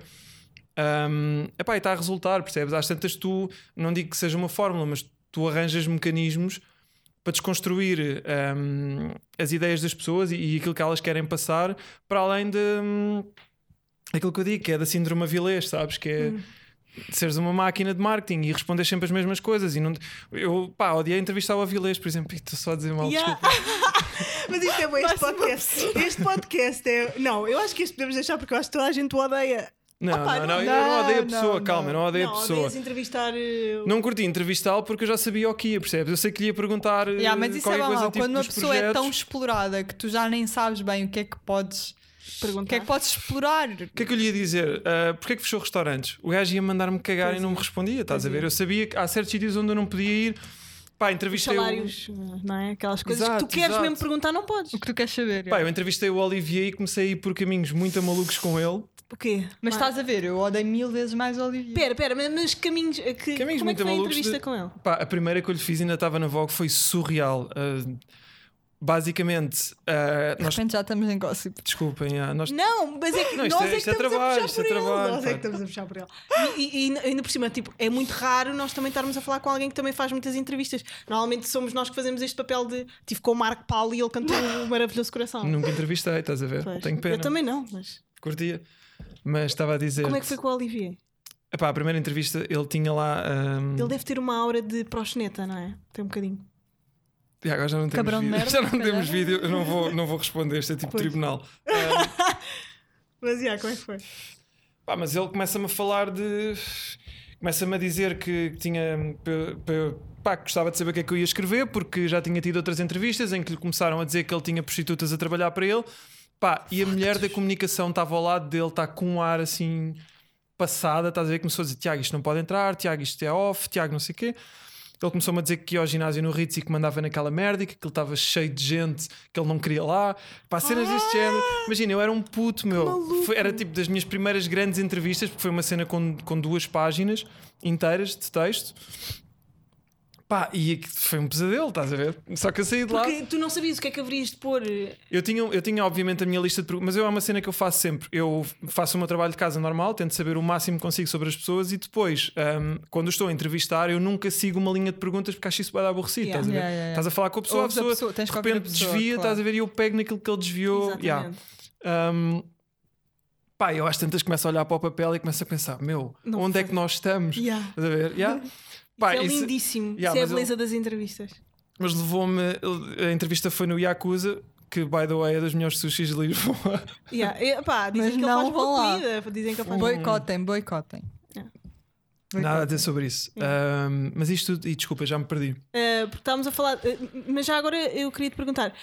E está a resultar, percebes? Às tantas tu, não digo que seja uma fórmula, mas tu arranjas mecanismos para desconstruir as ideias das pessoas e aquilo que elas querem passar, para além de aquilo que eu digo, que é da síndrome Avilés, sabes? Que é seres uma máquina de marketing e responder sempre as mesmas coisas. E não, eu odiei entrevistar o Avilés, por exemplo, e estou só a dizer mal, desculpa. Mas isto é bom, este podcast é. Não, eu acho que este podemos deixar porque eu acho que toda a gente o odeia. Não, eu não odeio a pessoa, calma, eu não odeio a Não, pessoa. odeias entrevistar. Não curti entrevistá-lo porque eu já sabia o que ia, percebes? Eu sei que lhe ia perguntar mas isso qualquer é coisa mal. tipo Quando uma dos pessoa é tão projetos. explorada que tu já nem sabes bem o que é que podes Perguntar. O que é que podes explorar? O que é que eu lhe ia dizer? Porquê é que fechou restaurantes? O gajo ia mandar-me cagar Pois e não é. me respondia, estás a Pois ver? é. Eu sabia que há certos sítios onde eu não podia ir. Pá, Os entrevistei salários, não é? Aquelas coisas Exato, que tu queres exato. mesmo perguntar, não podes. O que tu queres saber? Pá, eu entrevistei o Olivier e comecei a ir por caminhos muito malucos com ele. O quê? Mas estás a ver, eu odeio 1000 vezes mais o Olivier. Pera, mas caminhos. Caminhos Como é que muito foi a malucos entrevista de- com ele? Pá, a primeira que eu lhe fiz ainda estava na Vogue, foi surreal. Basicamente, De nós. repente já estamos em gossip. Desculem, nós. Não, mas é que Não, isto nós é- é que isto é estamos trabalho, a isto é puxar por ele. trabalho, Nós é que pá. estamos a puxar por ele. E ainda por cima, tipo, é muito raro nós também estarmos a falar com alguém que também faz muitas entrevistas. Normalmente somos nós que fazemos este papel de. Tive com o Marco Paulo e ele cantou o Maravilhoso Coração. Nunca entrevistei, estás a ver? Pois. Tenho pena. Eu também não, mas. Curtia. Mas estava a dizer. Como é que foi com o Olivier? Epá, a primeira entrevista ele tinha lá. Ele deve ter uma aura de proxeneta, não é? Tem um bocadinho. E agora já não temos Cabrão de vídeo. merda, Já não se temos calhar. vídeo. Eu não vou responder. Este é tipo Pois. tribunal. Mas como é que foi? Pá, mas ele começa-me a falar de. Começa-me a dizer que tinha. Pá, que gostava de saber o que é que eu ia escrever, porque já tinha tido outras entrevistas em que lhe começaram a dizer que ele tinha prostitutas a trabalhar para ele. Pá, e a mulher da comunicação estava ao lado dele, está com um ar assim passada, estás a ver? Começou a dizer: Tiago, isto não pode entrar, Tiago, isto é off, Tiago, não sei o quê. Ele começou-me a dizer que ia ao ginásio no Ritz e que mandava naquela merda e que ele estava cheio de gente que ele não queria lá. Pá, cenas deste género. Imagina, eu era um puto, meu. maluco. Era tipo das minhas primeiras grandes entrevistas, porque foi uma cena com 2 páginas inteiras de texto. Pá, e foi um pesadelo, estás a ver? Só que eu saí de lá. Porque tu não sabias o que é que haverias de pôr. Eu tinha obviamente a minha lista de perguntas, mas é uma cena que eu faço sempre. Eu faço o meu trabalho de casa normal, tento saber o máximo que consigo sobre as pessoas e depois, quando eu estou a entrevistar, eu nunca sigo uma linha de perguntas porque acho isso vai dar aborrecido. Yeah. Estás a ver? Yeah. Estás a falar com a pessoa, Ouves a pessoa, tens de que ouvir a repente pessoa, desvia, claro. estás a ver? E eu pego naquilo que ele desviou. Exatamente. Yeah. Pá, eu às tantas começo a olhar para o papel e começo a pensar: meu, Não onde é foi. que nós estamos? Yeah. Estás a ver? Yeah. Pá, Isso é isso- lindíssimo. Yeah, Isso é a mas beleza das entrevistas. mas levou-me. A entrevista foi no Yakuza, que, by the way, é dos melhores sushis de Lisboa. Pá, dizem Mas que ele não faz vão boa lá. comida. Dizem que ele faz Boicotem. Nada a dizer sobre isso. Mas isto tudo. E desculpa, já me perdi. Porque estávamos a falar. Mas já agora eu queria te perguntar: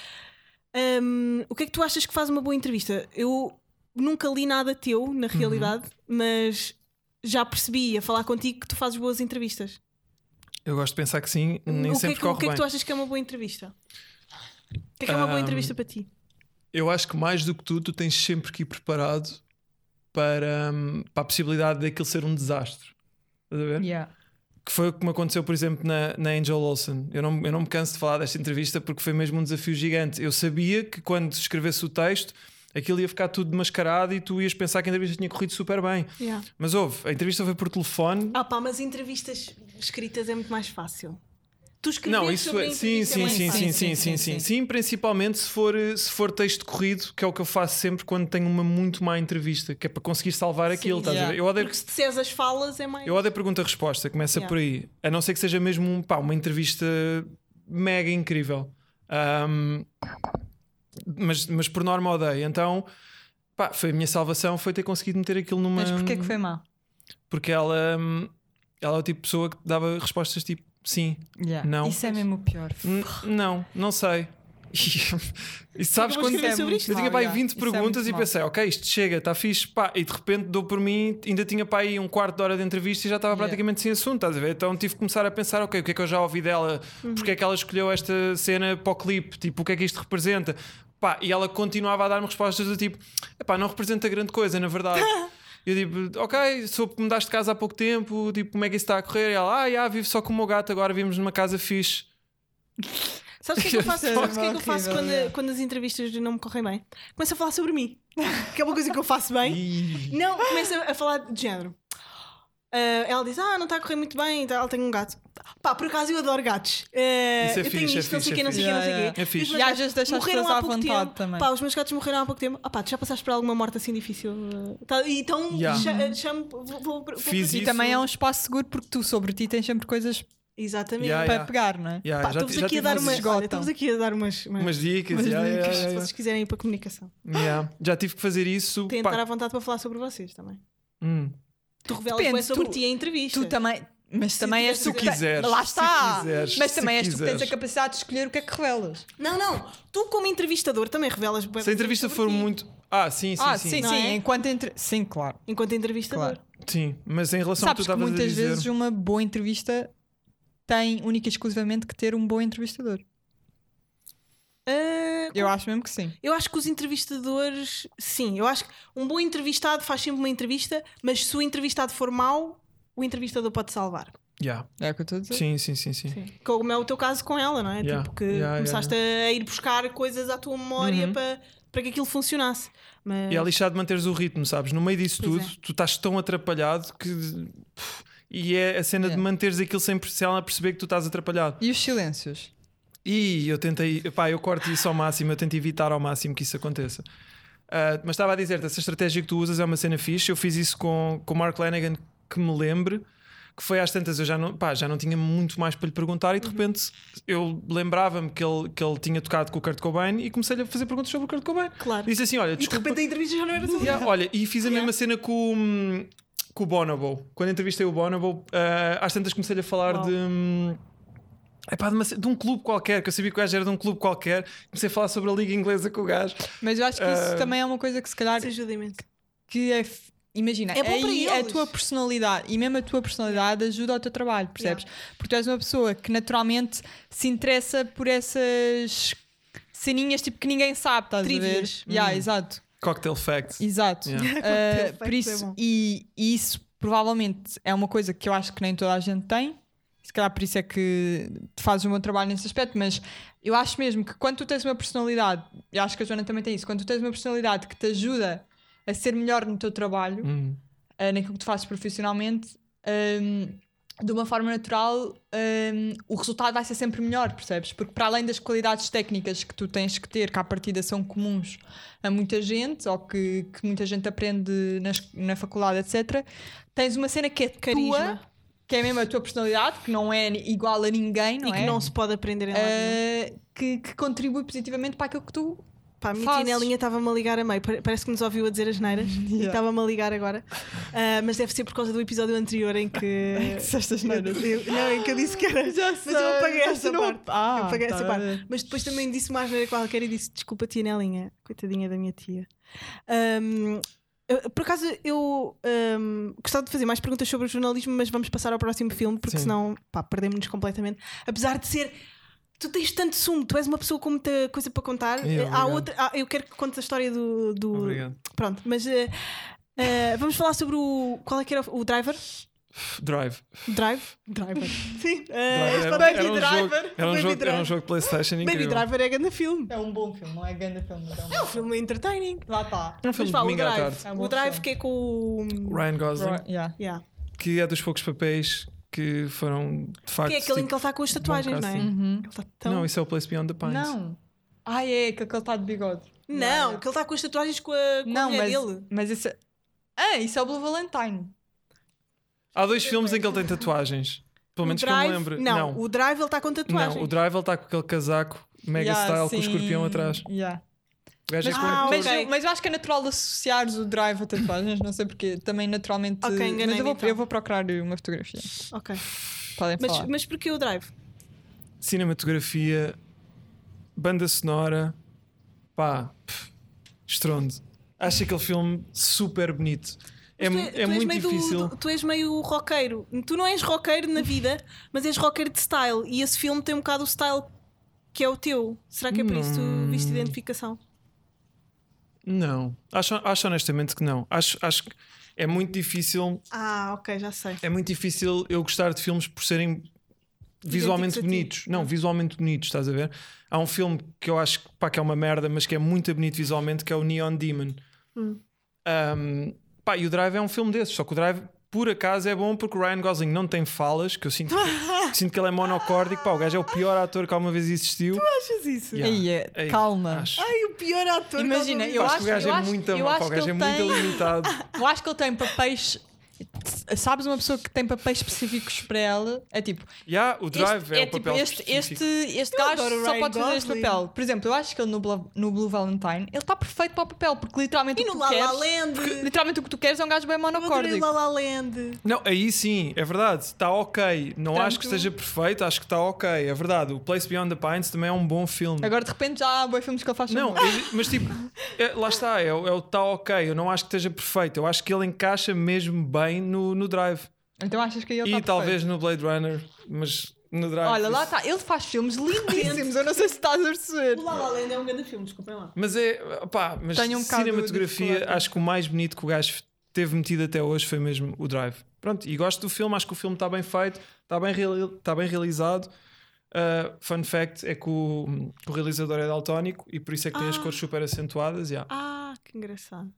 o que é que tu achas que faz uma boa entrevista? Eu nunca li nada teu, na realidade, mas já percebi a falar contigo que tu fazes boas entrevistas. Eu gosto de pensar que sim, nem o sempre que corre é que bem. tu achas que é uma boa entrevista? O que é uma boa entrevista para ti? Eu acho que mais do que tu tens sempre que ir preparado para a possibilidade daquilo ser um desastre. Estás a ver? Yeah. Que foi o que me aconteceu, por exemplo, na Angel Olsen. Eu não me canso de falar desta entrevista porque foi mesmo um desafio gigante. Eu sabia que quando escrevesse o texto, aquilo ia ficar tudo mascarado e tu ias pensar que a entrevista tinha corrido super bem. Yeah. Mas a entrevista foi por telefone. Mas entrevistas escritas é muito mais fácil. Tu escreves Não, isso sobre a é. Sim, entrevista sim, mais sim, fácil. sim, sim, sim, sim. Principalmente se for texto corrido, que é o que eu faço sempre quando tenho uma muito má entrevista, que é para conseguir salvar aquilo. Estás a ver? Eu odeio. Porque se disseres as falas é mais. Eu odeio pergunta-resposta, começa Yeah. por aí. A não ser que seja mesmo uma entrevista mega incrível. Mas por norma odeio. Então, foi a minha salvação, foi ter conseguido meter aquilo numa. Mas porquê que foi má? Porque ela é o tipo de pessoa que dava respostas tipo sim, não. Isso é mesmo o pior. Não sei. E sabes Vamos quando escrever sobre isto? eu tinha Mal, para aí yeah. 20 Isso é perguntas muito e mal. pensei, ok, isto chega, está fixe, pá, e de repente dou por mim, ainda tinha para aí um quarto de hora de entrevista e já estava Yeah. praticamente sem assunto, estás a ver? Então tive que começar a pensar, ok, o que é que eu já ouvi dela, porque é que ela escolheu esta cena para o clipe, tipo, o que é que isto representa? Pá, e ela continuava a dar-me respostas do tipo, epá, não representa grande coisa, na verdade. Eu tipo, ok, soube que mudaste de casa há pouco tempo, tipo, como é que isso está a correr? E ela, vivo só com o meu gato, agora vivemos numa casa fixe. Sabes o que é que eu faço, Isso é sabes o que é que eu faço horrível, quando, yeah. quando as entrevistas não me correm bem? Começo a falar sobre mim, que é uma coisa que eu faço bem. Não, começo a falar de género. Ela diz, não está a correr muito bem, ela tem um gato. Pá, por acaso eu adoro gatos. Eu fixe, tenho isto, não sei o quê, não sei o quê, não sei o quê. É fixe. Os meus E às gatos vezes deixa as morreram pessoas há à pouco vontade tempo. também. Pá, os meus gatos morreram há pouco tempo. Tu já passaste por alguma morte assim difícil? Então, Yeah. chamo. Fiz E isso. também é um espaço seguro porque tu sobre ti tens sempre coisas Exatamente. para pegar, não é? Pá, estamos aqui a dar umas dicas. Se vocês quiserem ir para a comunicação. Já tive que fazer isso. Têm de estar à vontade para falar sobre vocês também. Tu revelas bem sobre ti em entrevista. Tu também. Mas também és tu quiseres. Lá está. Quiseres, mas também és tu que tens a capacidade de escolher o que é que revelas. Não. Tu, como entrevistador, também revelas bem. Se a entrevista for muito. Sim. Sim, claro. Enquanto entrevistador. Claro. Sim, mas em relação ao que tu estavas a dizer. Muitas vezes uma boa entrevista tem única e exclusivamente que ter um bom entrevistador. Eu acho mesmo que sim. Eu acho que os entrevistadores. Sim, eu acho que um bom entrevistado faz sempre uma entrevista, mas se o entrevistado for mau, o entrevistador pode salvar. É o que eu estou a dizer. Sim. Como é o teu caso com ela, não é? Tipo que começaste a ir buscar coisas à tua memória para que aquilo funcionasse. Mas... E é lixado de manteres o ritmo, sabes? No meio disso tudo, tu estás tão atrapalhado que. E é a cena de manteres aquilo sem ela perceber que tu estás atrapalhado. E os silêncios? E eu tentei, eu corto isso ao máximo, eu tento evitar ao máximo que isso aconteça. Mas estava a dizer-te, essa estratégia que tu usas é uma cena fixe. Eu fiz isso com o Mark Lanegan, que me lembre, que foi às tantas, eu já não tinha muito mais para lhe perguntar, e de repente eu lembrava-me que ele tinha tocado com o Kurt Cobain e comecei a fazer perguntas sobre o Kurt Cobain. Claro. Disse assim: olha, desculpa. E de repente a entrevista já não era sobre olha, e fiz a mesma cena com o Bonobo. Quando entrevistei o Bonobo, às tantas comecei-lhe a falar de um clube qualquer, que eu sabia que o gajo era de um clube qualquer. Comecei a falar sobre a liga inglesa com o gajo. Mas eu acho que isso também é uma coisa que se calhar que é. Imagina, aí a tua personalidade, e mesmo a tua personalidade ajuda ao teu trabalho, percebes? Porque tu és uma pessoa que naturalmente se interessa por essas ceninhas tipo que ninguém sabe, estás Trívias. a ver? Exato. Cocktail facts. Exato. Por isso, e isso provavelmente é uma coisa que eu acho que nem toda a gente tem. Se calhar por isso é que tu fazes um bom trabalho nesse aspecto, mas eu acho mesmo que quando tu tens uma personalidade, eu acho que a Joana também tem isso, quando tu tens uma personalidade que te ajuda a ser melhor no teu trabalho, naquilo que tu fazes profissionalmente, de uma forma natural, o resultado vai ser sempre melhor, percebes? Porque para além das qualidades técnicas que tu tens que ter, que à partida são comuns a muita gente, ou que muita gente aprende na faculdade, etc., tens uma cena que é tua, que é mesmo a tua personalidade, que não é igual a ninguém, não é? E que não se pode aprender em lado que contribui positivamente para aquilo que tu Pá, a minha tinelinha estava-me a ligar a meio. Parece que nos ouviu a dizer as neiras e estava-me a ligar agora. mas deve ser por causa do episódio anterior em que. Estas neiras. Não, em que eu disse que era. Já sei, mas eu apaguei essa parte. Eu apaguei essa parte. Mas depois também disse uma asneira qualquer e disse: desculpa, tinelinha. Coitadinha da minha tia. Por acaso eu gostava de fazer mais perguntas sobre o jornalismo, mas vamos passar ao próximo filme porque senão perdemos-nos completamente. Apesar de ser. Tu tens tanto sumo, tu és uma pessoa com muita coisa para contar. Eu quero que contes a história do. Obrigado. Pronto, mas vamos falar sobre o. Qual é que era o Driver? Driver. Sim. Era um jogo de PlayStation incrível. Baby Driver é grande filme. É um bom filme, não é grande filme. É um filme entertaining. Lá está. É um filme de domingo à tarde. O Drive que é com o Ryan Gosling. Yeah. Que é dos poucos papéis que foram de facto. Que é aquele em que ele está com as tatuagens, não é? Ele está tão... Não, isso é o Place Beyond the Pines. Não. É que ele está de bigode. Não, que ele está com as tatuagens com a mulher dele. Mas isso é o Blue Valentine. Há dois filmes em que ele tem tatuagens. Pelo menos que eu me lembro. Não, o Drive ele está com tatuagens. Não, o Drive ele está com aquele casaco mega style com o escorpião atrás. O gajo mas eu acho que é natural associares o Drive a tatuagens, não sei porque. Também naturalmente. Mas eu vou procurar uma fotografia. Ok. Podem falar. Mas porquê o Drive? Cinematografia, banda sonora, estrondo. Acho aquele filme super bonito. É muito difícil. Tu és meio roqueiro. Tu não és roqueiro na vida, mas és roqueiro de style. E esse filme tem um bocado o style que é o teu. Será que é por isso que tu viste identificação? Não. Acho honestamente que não. Acho que é muito difícil. Ok, já sei. É muito difícil eu gostar de filmes por serem visualmente bonitos. Não, visualmente bonitos, estás a ver? Há um filme que eu acho que é uma merda, mas que é muito bonito visualmente, que é o Neon Demon. E o Drive é um filme desses, só que o Drive por acaso é bom porque o Ryan Gosling não tem falas, que eu sinto que ele é monocórdico. O gajo é o pior ator que alguma vez existiu. Tu achas isso? Calma. O pior ator. Imagina, eu acho que o gajo é muito limitado. Eu acho que ele tem papéis sabes uma pessoa que tem papéis específicos para ela, é tipo... O Drive é o papel específico. Este gajo adoro o só Ryan pode fazer este Gosling. papel. Por exemplo, eu acho que ele no Blue Valentine, ele está perfeito para o papel, porque literalmente E o que no tu La La queres... Land. Literalmente o que tu queres é um gajo bem Eu adorei monocórdico. La La Land. Não, aí sim, é verdade, está ok. Não Portanto- acho que esteja perfeito, acho que está ok, é verdade. O Place Beyond the Pines também é um bom filme. Agora de repente já há bons filmes que ele faz Não, sobre. mas tipo, lá está, é o está ok. Eu não acho que esteja perfeito, eu acho que ele encaixa mesmo bem no Drive. Então achas que ele E está talvez no Blade Runner, mas no Drive. Olha, lá está, ele faz filmes lindíssimos. Eu não sei se estás a perceber. O La La Land é um grande filme, desculpem lá. Mas mas Tenho um bocado de cinematografia, dificuldade. acho que o mais bonito que o gajo teve metido até hoje foi mesmo o Drive. Pronto, e gosto do filme, acho que o filme está bem feito, está bem realizado. Fun fact é que o realizador é daltónico e por isso é que tem as cores super acentuadas. Ah, que engraçado.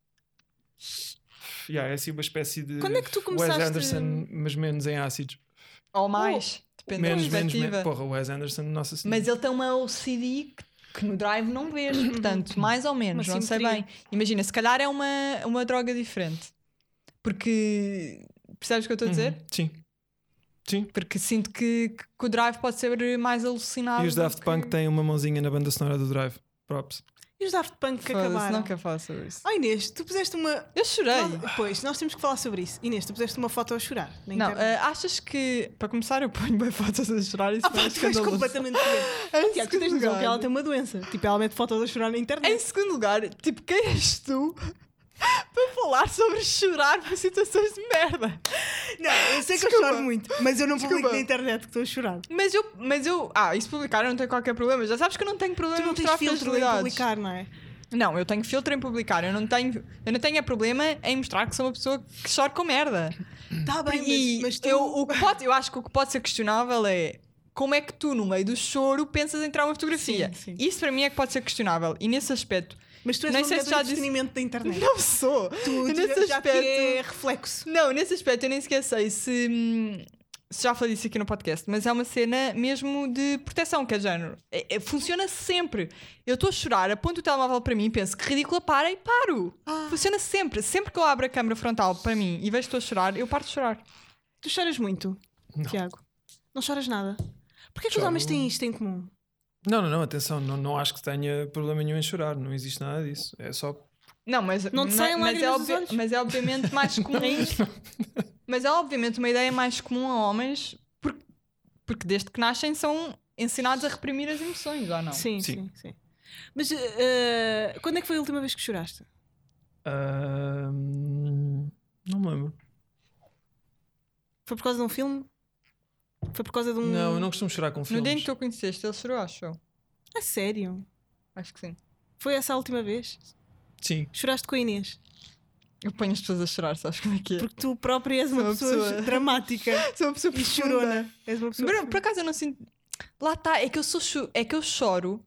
É assim uma espécie de Quando é que tu Wes começaste- Anderson, mas menos em ácidos. Ou mais. Depende da perspectiva. Porra, o Wes Anderson, nossa senhora. Mas ele tem uma OCD que no Drive não vês. Portanto, mais ou menos, Uma não sei simetria. bem. Imagina, se calhar é uma droga diferente. Porque... Percebes o que eu estou a dizer? Sim. Porque sinto que o Drive pode ser mais alucinado. E os Daft do Punk que... têm uma mãozinha na banda sonora do Drive. Props. E os Daft Punk que Foda-se, acabaram? não quero falar sobre isso. Oh, Inês, tu puseste uma... Eu chorei. Pois, nós temos que falar sobre isso. Inês, tu puseste uma foto a chorar na Não, internet. achas que... Para começar, eu ponho bem fotos a chorar. Isso Ah, não é pá, tu és escandaloso. completamente doente. Em Tiago, tu tens segundo noção que ela lugar- tem uma doença. Tipo, ela mete fotos a chorar na Em internet. segundo lugar, tipo, quem és tu para falar sobre chorar por situações de merda? Não, eu sei que Desculpa. eu choro muito, mas eu não publico Desculpa. na internet que estou a chorar. Mas eu... isso publicar eu não tenho qualquer problema. Já sabes que eu não tenho problema Tu não em tens mostrar filtro em fragilidades. publicar, não é? Não, eu tenho filtro em publicar. Eu não tenho problema em mostrar que sou uma pessoa que chora com merda. Tá bem, E mas tu... eu acho que o que pode ser questionável é como é que tu, no meio do choro, pensas em tirar uma fotografia. Sim, sim. Isso para mim é que pode ser questionável. E nesse aspecto, Mas tu és nem uma sei mulher se do já disse- entretenimento da internet. não sou. Tu nesse já te aspecto, é reflexo. não, nesse aspecto eu nem sequer sei se já falei disso aqui no podcast, mas é uma cena mesmo de proteção, que é de género. Funciona sempre. Eu estou a chorar, aponto o telemóvel para mim, penso que ridícula, para e paro. Funciona sempre. Sempre que eu abro a câmera frontal para mim e vejo que estou a chorar, eu paro de chorar. Tu choras muito, Tiago. Não choras nada. Porquê que os Choro. homens têm isto em comum? Não, atenção, não acho que tenha problema nenhum em chorar, não existe nada disso. É só. Não, mas, Não te saem lágrimas dos olhos? mas é obviamente mais comum. Mas é obviamente uma ideia mais comum a homens porque desde que nascem são ensinados a reprimir as emoções, ou não? Sim. Mas quando é que foi a última vez que choraste? Não me lembro. Foi por causa de um filme? Foi por causa de um... Não, eu não costumo chorar com No filmes. dia em que tu o conheceste, ele chorou, acho eu. A sério? Acho que sim. Foi essa a última vez? Sim. Choraste com a Inês? Eu ponho as pessoas a chorar, sabes como é que é? Porque tu própria és uma Sou uma pessoa pessoa- dramática Sou uma pessoa e chorona. És uma pessoa... Por acaso eu não sinto. Lá está, é que eu choro.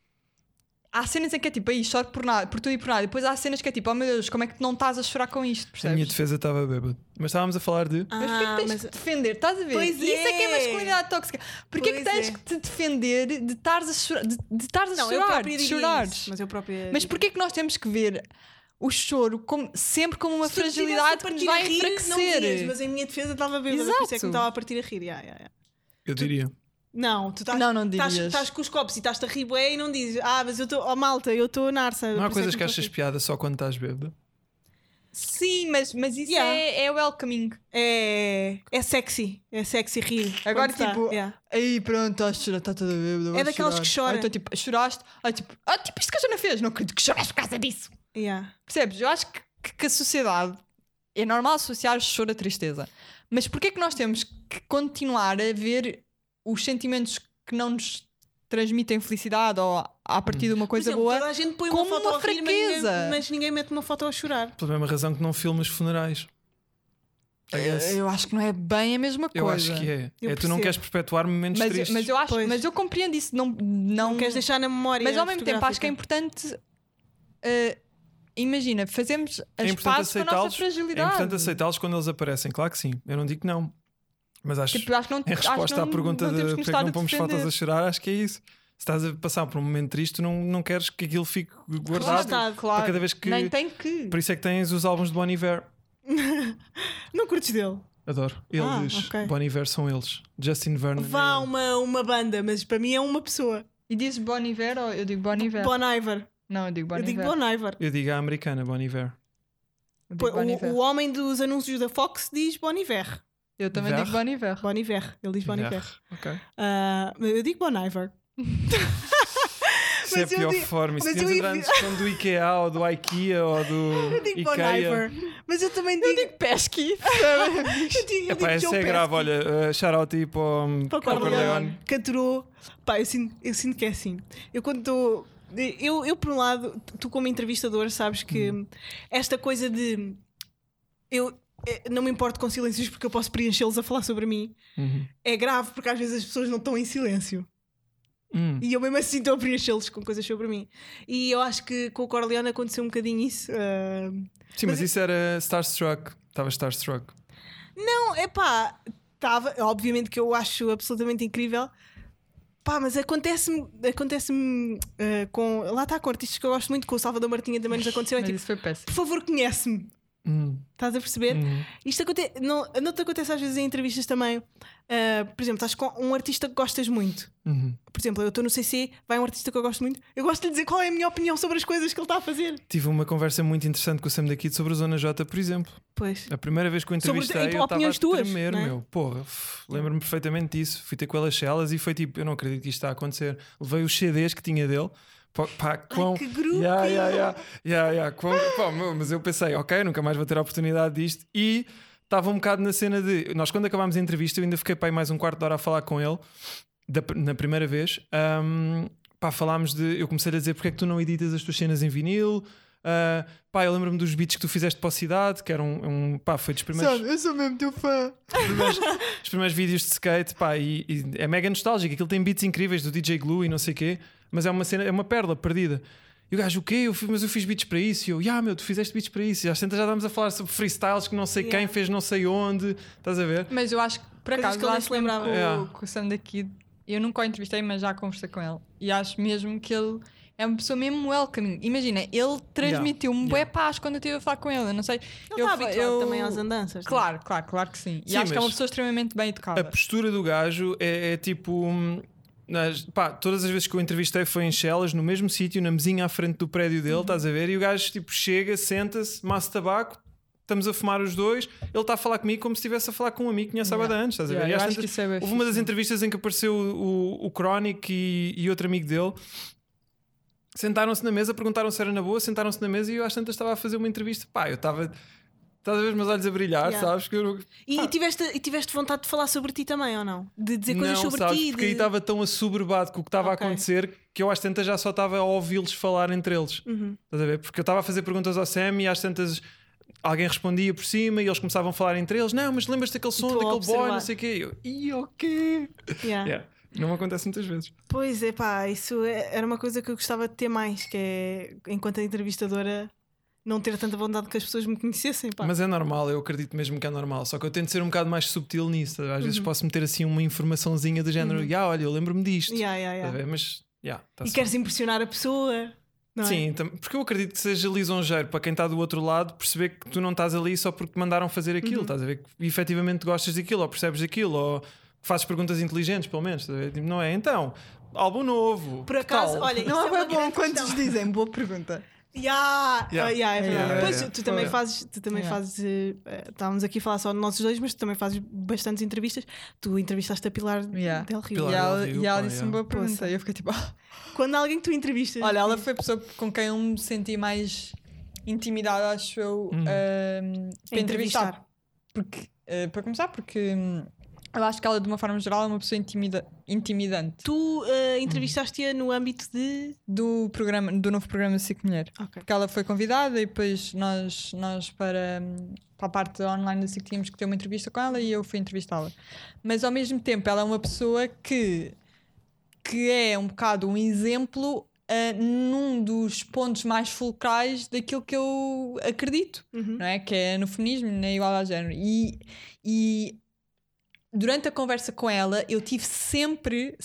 Há cenas em que é tipo, aí choro por nada, por tudo e por nada. E depois há cenas que é tipo, oh meu Deus, como é que tu não estás a chorar com isto? A Percebes? minha defesa estava bêbado. Mas estávamos a falar de. Mas porquê que tens que te defender? Estás a ver? Pois Isso é que é é. masculinidade tóxica. Porquê que Pois tens é. que te defender de estares a chorar? De estares a Não, eu chorar, própria de diria chorares. isso, mas eu própria... Mas porquê que nós temos que ver o choro sempre como uma Se tu fragilidade que tivesse nos a vai partir a rir, não enfraquecer? dizias, mas em minha defesa estava bêbada, por isso é que Exato. me estava a partir a rir. Yeah. Eu diria. Não, tu estás... Não dirias. Estás com os copos e estás-te a rir bué e não dizes mas eu estou... Oh malta, eu estou na arça. Não há por isso é coisas que me achas estou a rir. piada só quando estás bêbado. Sim, mas isso Yeah. é welcoming. É sexy. É sexy rir. Agora, quando tá, tipo, yeah. Aí pronto, estás a chorar, está toda bêbada. vou daquelas que chorar. chora. Então, tipo, choraste. Tipo, isto que a Jana fez. Não acredito que choraste por causa disso. Yeah. Percebes? Eu acho que a sociedade é normal associar choro à tristeza. Mas porquê é que nós temos que continuar a ver os sentimentos que não nos transmitem felicidade ou a partir de uma Por coisa exemplo, boa toda a gente põe como uma foto uma a rir, fraqueza? mas ninguém mete uma foto a chorar. Pela mesma razão que não filmas funerais. Eu acho que não é bem a mesma Eu coisa. acho que é. Eu Tu não percebo. queres perpetuar momentos tristes. Mas eu acho, Pois. mas eu compreendo isso. Não Não queres deixar na memória. mas ao mesmo tempo acho que é fotográfica. importante. Imagina, fazemos É as importante pazes com a nossa aceitá-los. É fragilidade. importante aceitá-los quando eles aparecem. Claro que sim. Eu não digo que não. Mas acho Tipo, acho que não, em resposta à pergunta não de temos que porque nos é que não estar a pomos fotos defender. a chorar, acho que é isso. Se estás a passar por um momento triste, tu não queres que aquilo fique guardado está, claro. para cada vez que. Nem tem que. Por isso é que tens os álbuns de Bon Iver. Não curtes dele? Adoro. Eles, ok. Bon Iver são eles. Justin Vernon. Vá uma banda, mas para mim é uma pessoa. E dizes Bon Iver ou eu digo Bon Iver? Bon Iver. Não, eu digo Bon Eu Iver. digo Bon Iver. Eu digo a americana, Bon Iver. Eu digo Bon Iver. O homem dos anúncios da Fox diz Bon Iver. Eu também Ver? digo Bon Iver. Bon Iver. Ele diz Bon Iver. Ok. Eu digo Bon Iver. Isso é a Mas eu pior digo- forma. Isso mas tínhamos eu entrar na envio- discussão do IKEA ou do IKEA ou do Eu digo Bon IKEA. Iver. Mas eu também digo. Pesky. Eu digo Epá, essa Joe é grave, Pesci. olha, shout out aí para o Para o Corleone. Canturou. Pá, eu sinto que é assim. Eu quando estou. Eu, por um lado, tu como entrevistador sabes que esta coisa de não me importo com silêncios porque eu posso preenchê-los a falar sobre mim é grave porque às vezes as pessoas não estão em silêncio e eu mesmo assim estou a preenchê-los com coisas sobre mim, e eu acho que com o Corleone aconteceu um bocadinho isso. Sim, mas isso era Starstruck. Estava Starstruck. Não, é pá, estava, obviamente que eu acho absolutamente incrível. Pá, mas acontece-me com. Lá está, com artistas que eu gosto muito, com o Salvador Martinha também nos aconteceu. É Mas tipo, isso foi péssimo. por favor, conhece-me. Estás a perceber? Isto acontece, não te acontece às vezes em entrevistas também. Por exemplo, estás com um artista que gostas muito. Por exemplo, eu estou no CC, vai um artista que eu gosto muito. Eu gosto de lhe dizer qual é a minha opinião sobre as coisas que ele está a fazer. Tive uma conversa muito interessante com o Sam daqui sobre a Zona J, por exemplo. Pois. A primeira vez que o Sobre entrevistei, eu estava a opiniões tuas, tremer, não é? meu. Porra, lembro-me perfeitamente disso. Fui ter com ele a Chelas e foi tipo, eu não acredito que isto está a acontecer. Levei os CDs que tinha dele. Pá, quão... que grupo! Pá, mas eu pensei, ok, nunca mais vou ter a oportunidade disto. E estava um bocado na cena de... Nós quando acabámos a entrevista, eu ainda fiquei pá, mais um quarto de hora a falar com ele na primeira vez. Pá, falámos de... Eu comecei a dizer porque é que tu não editas as tuas cenas em vinil. Pá, eu lembro-me dos beats que tu fizeste para a cidade, que era pá, foi dos primeiros... Eu sou mesmo teu fã. Os primeiros vídeos de skate, pá, e é mega nostálgico. Aquilo tem beats incríveis do DJ Glue e não sei o quê, mas é uma cena, é uma pérola perdida. E o gajo, o quê? Mas eu fiz beats para isso. E eu, meu, tu fizeste beats para isso. E às tantas já estávamos a falar sobre freestyles que não sei quem fez não sei onde. Estás a ver? Mas eu acho que, por Coisas acaso, que ele eu nem acho se lembrava. que o Sam daqui, eu nunca o entrevistei, mas já conversei com ele. E acho mesmo que ele é uma pessoa mesmo welcoming. Imagina, ele transmitiu-me bué paz quando eu estive a falar com ele. Eu não sei. Ele está habituado também às andanças. Claro que sim. E Sim, acho que é uma mas pessoa extremamente bem educada. A postura do gajo é tipo... pá, todas as vezes que eu entrevistei foi em Chelas, no mesmo sítio, na mesinha à frente do prédio dele, estás a ver? E o gajo tipo chega, senta-se, massa tabaco, estamos a fumar os dois, ele está a falar comigo como se estivesse a falar com um amigo que tinha sábado antes, estás a ver? E eu às acho tantas, que isso é bem houve uma das fixe. entrevistas em que apareceu o Chronic e outro amigo dele. Sentaram-se na mesa, perguntaram se era na boa, sentaram-se na mesa e eu às tantas estava a fazer uma entrevista. Pá, eu estava... Estás a ver os meus olhos a brilhar, sabes? Que eu... E tiveste vontade de falar sobre ti também, ou não? De dizer coisas não, sobre sabes, ti? porque aí estava tão assoberbado com o que estava a acontecer que eu às tantas já só estava a ouvi-los falar entre eles. Estás a ver? Porque eu estava a fazer perguntas ao Sam e às tantas alguém respondia por cima e eles começavam a falar entre eles. Não, mas lembras-te daquele som, daquele boy, não sei o quê. E eu, ok. Não acontece muitas vezes. Pois é, pá, isso era uma coisa que eu gostava de ter mais, que é, enquanto entrevistadora, não ter tanta vontade que as pessoas me conhecessem, pá. Mas é normal, eu acredito mesmo que é normal. Só que eu tento ser um bocado mais subtil nisso. Às vezes posso meter assim uma informaçãozinha do género, olha, eu lembro-me disto. Mas, e queres impressionar a pessoa, não é? Sim, porque eu acredito que seja lisonjeiro para quem está do outro lado perceber que tu não estás ali só porque te mandaram fazer aquilo. Estás a ver que efetivamente gostas daquilo, ou percebes daquilo, ou fazes perguntas inteligentes, pelo menos. Estás a ver? Não é? Então, álbum novo. Por acaso, tal? olha, Não isso é uma bom grande quando questão. nos dizem boa pergunta. É verdade. Pois, tu também fazes, estávamos aqui a falar só de nós dois, mas tu também fazes bastantes entrevistas. Tu entrevistaste a Pilar Del Rio. E ela disse-me boa pergunta. E eu fiquei tipo, quando alguém que tu entrevistas. olha, ela foi a pessoa com quem eu me senti mais intimidada, acho eu, para entrevistar. Porque, para começar, porque eu acho que ela, de uma forma geral, é uma pessoa intimidante. Tu entrevistaste-a no âmbito do novo programa SIC Mulher. Porque ela foi convidada e depois nós para a parte online da SIC tínhamos que ter uma entrevista com ela e eu fui entrevistá-la. Mas ao mesmo tempo ela é uma pessoa que é um bocado um exemplo num dos pontos mais fulcrais daquilo que eu acredito, não é? Que é no feminismo, na igualdade de género. E durante a conversa com ela, eu tive sempre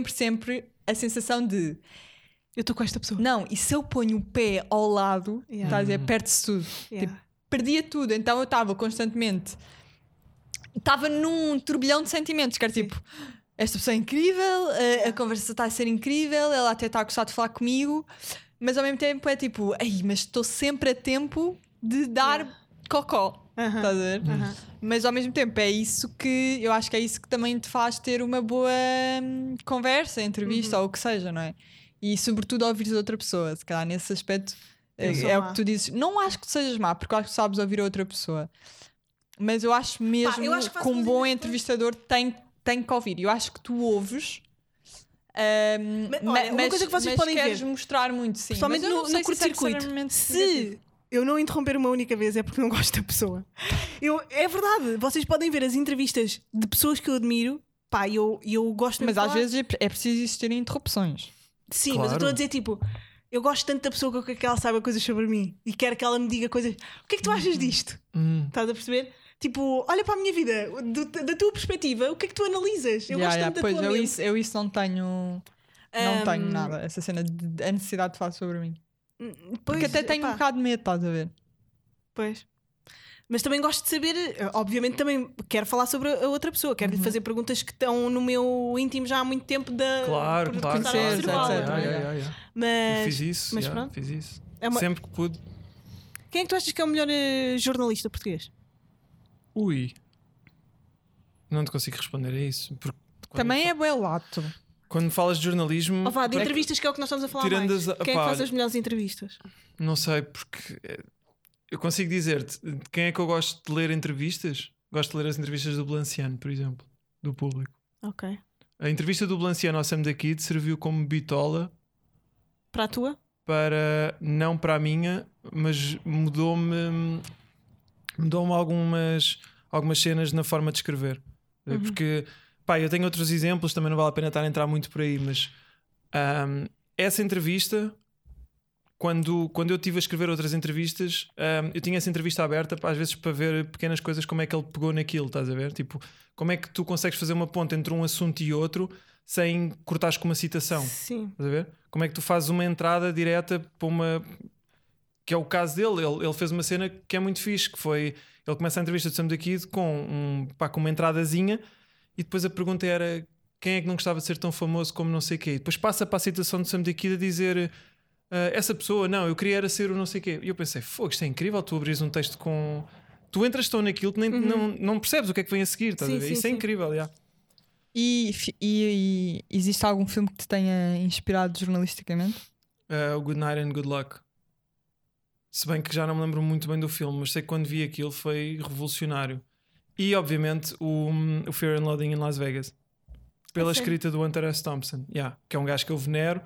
a sensação de eu estou com esta pessoa. Não, e se eu ponho o pé ao lado, estás a dizer, perde-se tudo. Tipo, perdia tudo. Então eu estava constantemente, estava num turbilhão de sentimentos, que era tipo, esta pessoa é incrível, a conversa está a ser incrível, ela até está a gostar de falar comigo, mas ao mesmo tempo é tipo, ei, mas estou sempre a tempo de dar cocó. Estás a ver? Mas ao mesmo tempo é isso que eu acho que é isso que também te faz ter uma boa conversa, entrevista ou o que seja, não é? E sobretudo ouvir a outra pessoa. Se calhar nesse aspecto é o que tu dizes. Não acho que tu sejas má, porque eu acho que sabes ouvir a outra pessoa, mas eu acho mesmo que um bom entrevistador tem que ouvir. Eu acho que tu ouves. Uma coisa que vocês podem queres ver, mostrar muito, sim. principalmente no curto-circuito, se eu não interromper uma única vez é porque não gosto da pessoa. É verdade, vocês podem ver as entrevistas de pessoas que eu admiro, pá, eu gosto. Mas às vezes é preciso existirem interrupções. Sim, claro. Mas eu estou a dizer tipo, eu gosto tanto da pessoa que eu quero que ela saiba coisas sobre mim e quero que ela me diga coisas. O que é que tu achas disto? Estás a perceber? Tipo, olha para a minha vida, da tua perspectiva, o que é que tu analisas? Eu gosto tanto da tua mente. Eu isso não tenho. Não tenho nada. Essa cena de a necessidade de falar sobre mim. Porque até tenho um bocado de medo, estás a ver? Pois. Mas também gosto de saber, obviamente também quero falar sobre a outra pessoa, quero lhe fazer perguntas que estão no meu íntimo já há muito tempo claro. Conhecer, etc. Mas eu fiz isso, mas pronto. fiz isso. Sempre que pude. Quem é que tu achas que é o melhor jornalista português? Ui, não te consigo responder a isso. Também é bué lato. Quando falas de jornalismo... de entrevistas que é o que nós estamos a falar mais. Quem é que faz as melhores entrevistas? Não sei, porque eu consigo dizer-te quem é que eu gosto de ler entrevistas. Gosto de ler as entrevistas do Blanciano, por exemplo, do Público. Ok. A entrevista do Blanciano ao Sam da Kid serviu como bitola. Para a tua? Não para a minha, mas mudou-me algumas cenas na forma de escrever. Porque, pá, eu tenho outros exemplos, também não vale a pena estar a entrar muito por aí, mas essa entrevista, quando eu estive a escrever outras entrevistas, eu tinha essa entrevista aberta, às vezes para ver pequenas coisas, como é que ele pegou naquilo, estás a ver? Tipo, como é que tu consegues fazer uma ponte entre um assunto e outro sem cortares com uma citação? Sim. Estás a ver? Como é que tu fazes uma entrada direta para uma... Que é o caso dele. Ele fez uma cena que é muito fixe, que foi... Ele começa a entrevista de Sam da Kid com uma entradazinha e depois a pergunta era quem é que não gostava de ser tão famoso como não sei o quê. E depois passa para a citação de Sam da Kid a dizer essa pessoa, não, eu queria era ser o não sei o quê. E eu pensei, fogo, isto é incrível, tu abris um texto com... Tu entras tão naquilo que nem, não percebes o que é que vem a seguir, estás a ver? Isso é incrível, já. E existe algum filme que te tenha inspirado jornalisticamente? O Good Night and Good Luck. Se bem que já não me lembro muito bem do filme, mas sei que quando vi aquilo foi revolucionário. E obviamente o Fear and Loathing em Las Vegas, pela escrita do Hunter S. Thompson, que é um gajo que eu venero,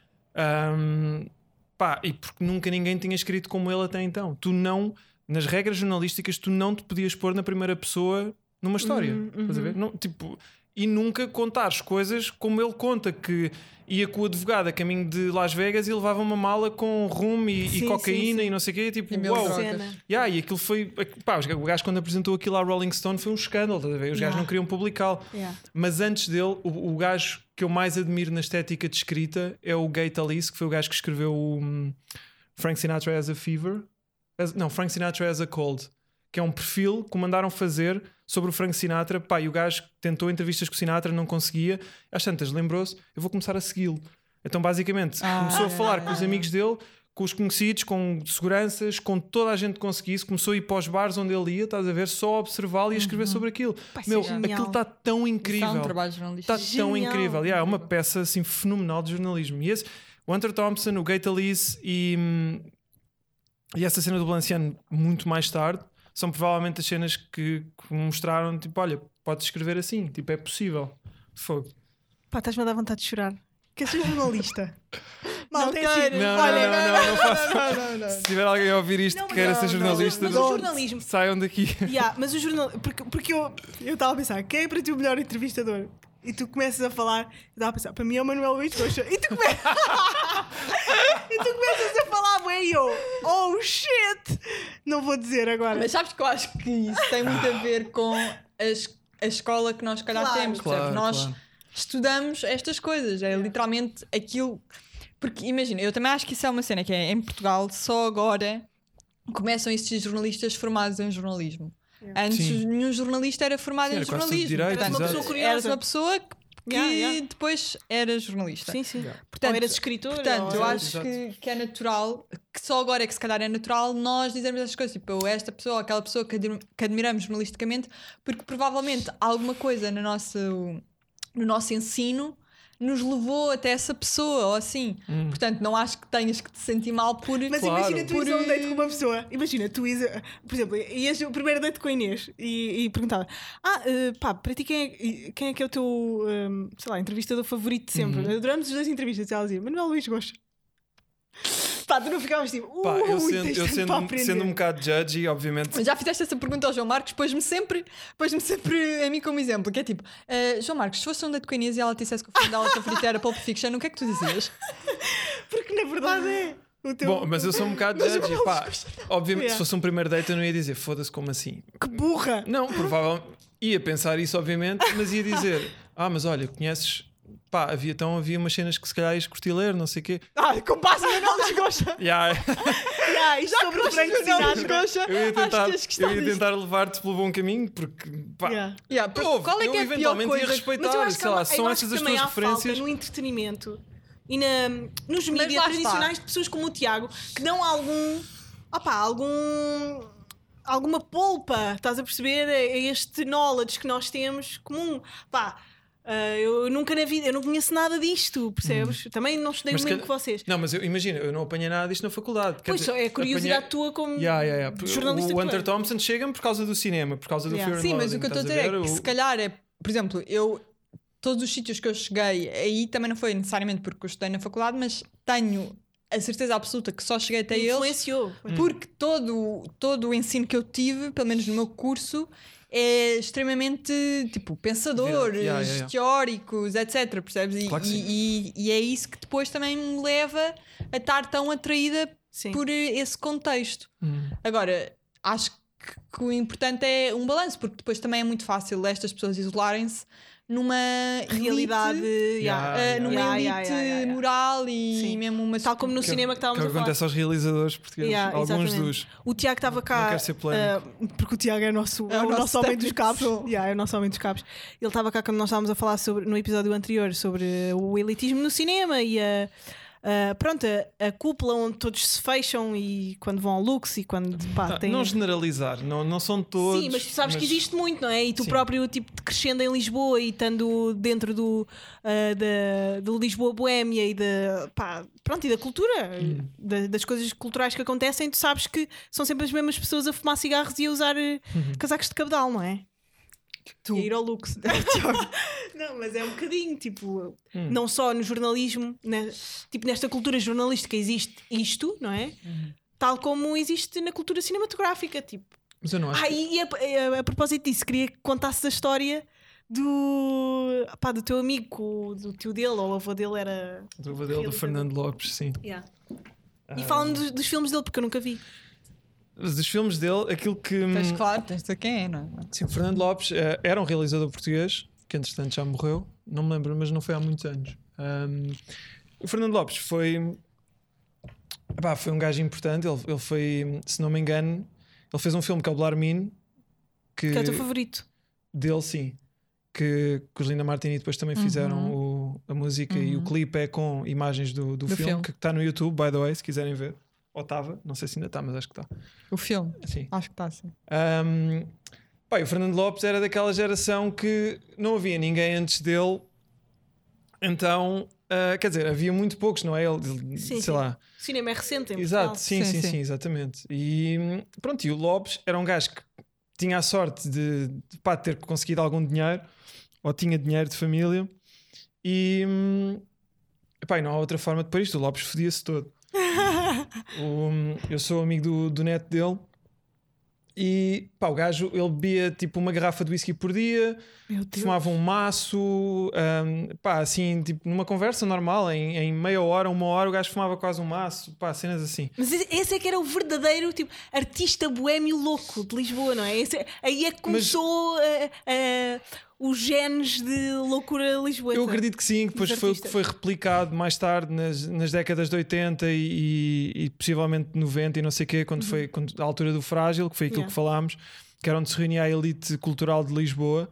e porque nunca ninguém tinha escrito como ele até então. Tu não, nas regras jornalísticas, tu não te podias pôr na primeira pessoa numa história. Estás a ver? Não, tipo, e nunca contares coisas como ele conta, que ia com o advogado a caminho de Las Vegas e levava uma mala com rum e cocaína e não sei o quê, tipo, uau. E aquilo foi, o gajo quando apresentou aquilo à Rolling Stone foi um escândalo, estás a ver? Os gajos não queriam publicá-lo. Mas antes dele, o gajo que eu mais admiro na estética de escrita é o Gay Talese, que foi o gajo que escreveu o Frank Sinatra Has a Fever. Frank Sinatra Has a Cold, que é um perfil que mandaram fazer sobre o Frank Sinatra, e o gajo tentou entrevistas com o Sinatra, não conseguia, às tantas lembrou-se, eu vou começar a segui-lo. Então basicamente começou a falar com os amigos dele, com os conhecidos, com seguranças, com toda a gente que conseguisse, começou a ir para os bares onde ele ia, estás a ver, só a observá-lo e a escrever sobre aquilo. Aquilo está tão incrível, é um trabalho jornalístico. Está tão incrível, é uma peça assim fenomenal de jornalismo. E esse, o Hunter Thompson, o Gay Talese e essa cena do Blanciano muito mais tarde são provavelmente as cenas que mostraram, tipo, olha, podes escrever assim, tipo, é possível. Fogo. Estás-me a dar vontade de chorar. Quer ser jornalista? Não faço. Se tiver alguém a ouvir isto que queira ser jornalista, mas o jornalismo... saiam daqui. Mas o jornalismo... Porque eu estava a pensar, quem é para ti o melhor entrevistador? E tu começas a falar, eu estava a pensar, para mim é o Manuel Luís Coxa. E tu começas a falar, e eu, oh shit! Não vou dizer agora. Mas sabes que eu acho que isso tem muito a ver com a escola que nós, se calhar, temos. Nós estudamos estas coisas, é literalmente aquilo. Porque imagina, eu também acho que isso é uma cena que é em Portugal, só agora começam a existir jornalistas formados em jornalismo. Antes, Sim. nenhum jornalista era formado em Era quase tudo jornalismo. direito, Portanto, Eras uma pessoa curiosa. eras uma pessoa que depois era jornalista. Sim, sim. Portanto, Ou eras escritor. Portanto, eu ou... acho que é natural, que só agora é que se calhar é natural nós dizermos essas coisas, tipo, esta pessoa, aquela pessoa que admiramos jornalisticamente, porque provavelmente alguma coisa no nosso ensino nos levou até essa pessoa, ou assim. Portanto, não acho que tenhas que te sentir mal por... Mas Claro. imagina tu ires a um date com uma pessoa. Imagina, tu ires, por exemplo, ias o primeiro date com a Inês e perguntava: pá, para ti quem é que é o teu, sei lá, entrevistador favorito de sempre? Adoramos as duas entrevistas. E ela dizia: Manuel Luís Gosta. Pá, tu não ficavas tipo, Pá, eu tens tanto sendo, para aprender. sendo um bocado judgy, obviamente. Mas já fizeste essa pergunta ao João Marcos, pôs-me sempre a mim como exemplo, que é tipo, João Marcos, se fosse um date com a Inês e ela te dissesse que o filme dela favorito era Pulp Fiction, o que é que tu dizias? Porque na verdade é o teu... Bom, mas eu sou um bocado judgy. Pá, obviamente, se fosse um primeiro date, eu não ia dizer foda-se, como assim? Que burra! Não, provavelmente ia pensar isso, obviamente, mas ia dizer: mas olha, conheces. Pá, havia umas cenas que se calhar ias curtir ler, não sei o quê. Com base no Manuel Luís Gosta. Isto sobre o Frank Sinatra. Eu ia tentar levar-te pelo bom caminho, porque pá, Qual é que é a pior eventualmente coisa? ia respeitar, sei lá, são essas as tuas referências. No entretenimento e nos Mas mídias lá tradicionais está. de pessoas como o Tiago que dão alguma polpa, estás a perceber, a este knowledge que nós temos comum. Pá, eu nunca na vida, eu não conheço nada disto, percebes? Também não estudei o mesmo que vocês. Não, mas imagina, eu não apanhei nada disto na faculdade. Pois só, é curiosidade tua como jornalista. O Hunter Thompson chega-me por causa do cinema, por causa do Fear and Loathing. Sim, mas o que eu estou a dizer é que se calhar é, por exemplo, todos os sítios que eu cheguei aí também não foi necessariamente porque eu estudei na faculdade, mas tenho a certeza absoluta que só cheguei até eles influenciou. porque todo o ensino que eu tive, pelo menos no meu curso, é extremamente tipo pensadores, teóricos, etc. Percebes? Claro que e é isso que depois também me leva a estar tão atraída por esse contexto. Agora, acho que o importante é um balanço, porque depois também é muito fácil estas pessoas isolarem-se numa realidade, numa elite moral e mesmo uma... Tal como no cinema que estávamos a falar. Acontece aos realizadores portugueses, alguns dos... O Tiago estava cá, não quero ser polémico. porque o Tiago é o nosso homem dos cabos. É o nosso homem dos cabos. Ele estava cá quando nós estávamos a falar no episódio anterior sobre o elitismo no cinema e a cúpula onde todos se fecham e quando vão ao Lux e quando tem... Não generalizar, não são todos. Sim, mas tu sabes que existe muito, não é? E tu próprio, tipo, crescendo em Lisboa e estando dentro de Lisboa Boémia e e da cultura, das coisas culturais que acontecem, tu sabes que são sempre as mesmas pessoas a fumar cigarros e a usar casacos de cabedal, não é? E a ir ao Lux. Não, mas é um bocadinho, tipo, não só no jornalismo, tipo, nesta cultura jornalística existe isto, não é? Tal como existe na cultura cinematográfica, tipo. Mas eu não acho. E a propósito disso, queria que contasses a história do teu amigo, do tio dele, ou o avô dele era. Do avô dele, do Fernando Lopes, sim. E fala-me dos filmes dele, porque eu nunca vi. Dos filmes dele, aquilo que. Claro, tens de saber quem é, não é? Sim, o Fernando Lopes era um realizador português que entretanto já morreu, não me lembro, mas não foi há muitos anos. O Fernando Lopes foi um gajo importante. Ele foi, se não me engano, ele fez um filme que é o Blarmin, que é o teu favorito dele, sim, que os Linda Martini depois também fizeram a música e o clipe é com imagens do filme, que está no YouTube, by the way, se quiserem ver. Ou estava, não sei se ainda está, mas acho que está. O filme? Sim. Acho que está, sim. O Fernando Lopes era daquela geração que não havia ninguém antes dele, então, quer dizer, havia muito poucos, não é? Sei lá. O cinema é recente, em Exato, Portugal. sim, exatamente. E pronto, e o Lopes era um gajo que tinha a sorte de ter conseguido algum dinheiro, ou tinha dinheiro de família, e não há outra forma de pôr isto. O Lopes fodia-se todo. Eu sou amigo do neto dele e o gajo, ele bebia tipo uma garrafa de whisky por dia, fumava um maço, assim, tipo numa conversa normal, em meia hora, uma hora, o gajo fumava quase um maço, cenas assim. Mas esse é que era o verdadeiro tipo, artista boémio louco de Lisboa, não é? Aí é que começou os genes de loucura lisboeta. Eu acredito que sim, que depois foi replicado mais tarde nas décadas de 80 e possivelmente 90 e não sei o quê, quando foi a altura do Frágil, que foi aquilo que falámos, que era onde se reunia a elite cultural de Lisboa.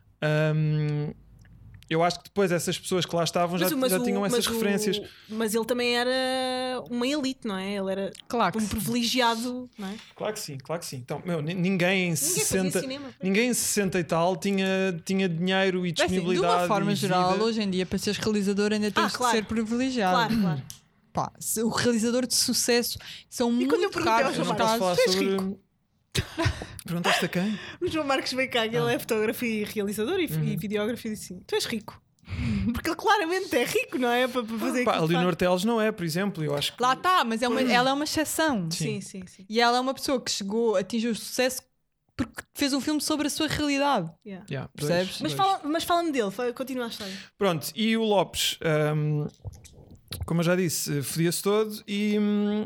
Eu acho que depois essas pessoas que lá estavam já tinham essas referências. Mas ele também era uma elite, não é? Ele era um privilegiado, não é? Claro que sim. Então, ninguém em 60 e tal tinha dinheiro e disponibilidade. Assim, de uma forma geral, hoje em dia, para seres realizador, ainda tens de ser privilegiado. Claro. Pá, o realizador de sucesso são muito raros. Eu não posso falar sobre... Perguntaste a quem? O João Marcos veio cá, ele é fotógrafo e realizador e videógrafo, e disse assim: tu és rico. Porque ele claramente é rico, não é? Para fazer a Leonor Teles não é, por exemplo. Eu acho que... Lá está, mas ela é uma exceção. Sim. E ela é uma pessoa que atingiu o sucesso porque fez um filme sobre a sua realidade. Percebes? Mas fala-me dele, continua a história. Pronto, e o Lopes, como eu já disse, fodia-se todo e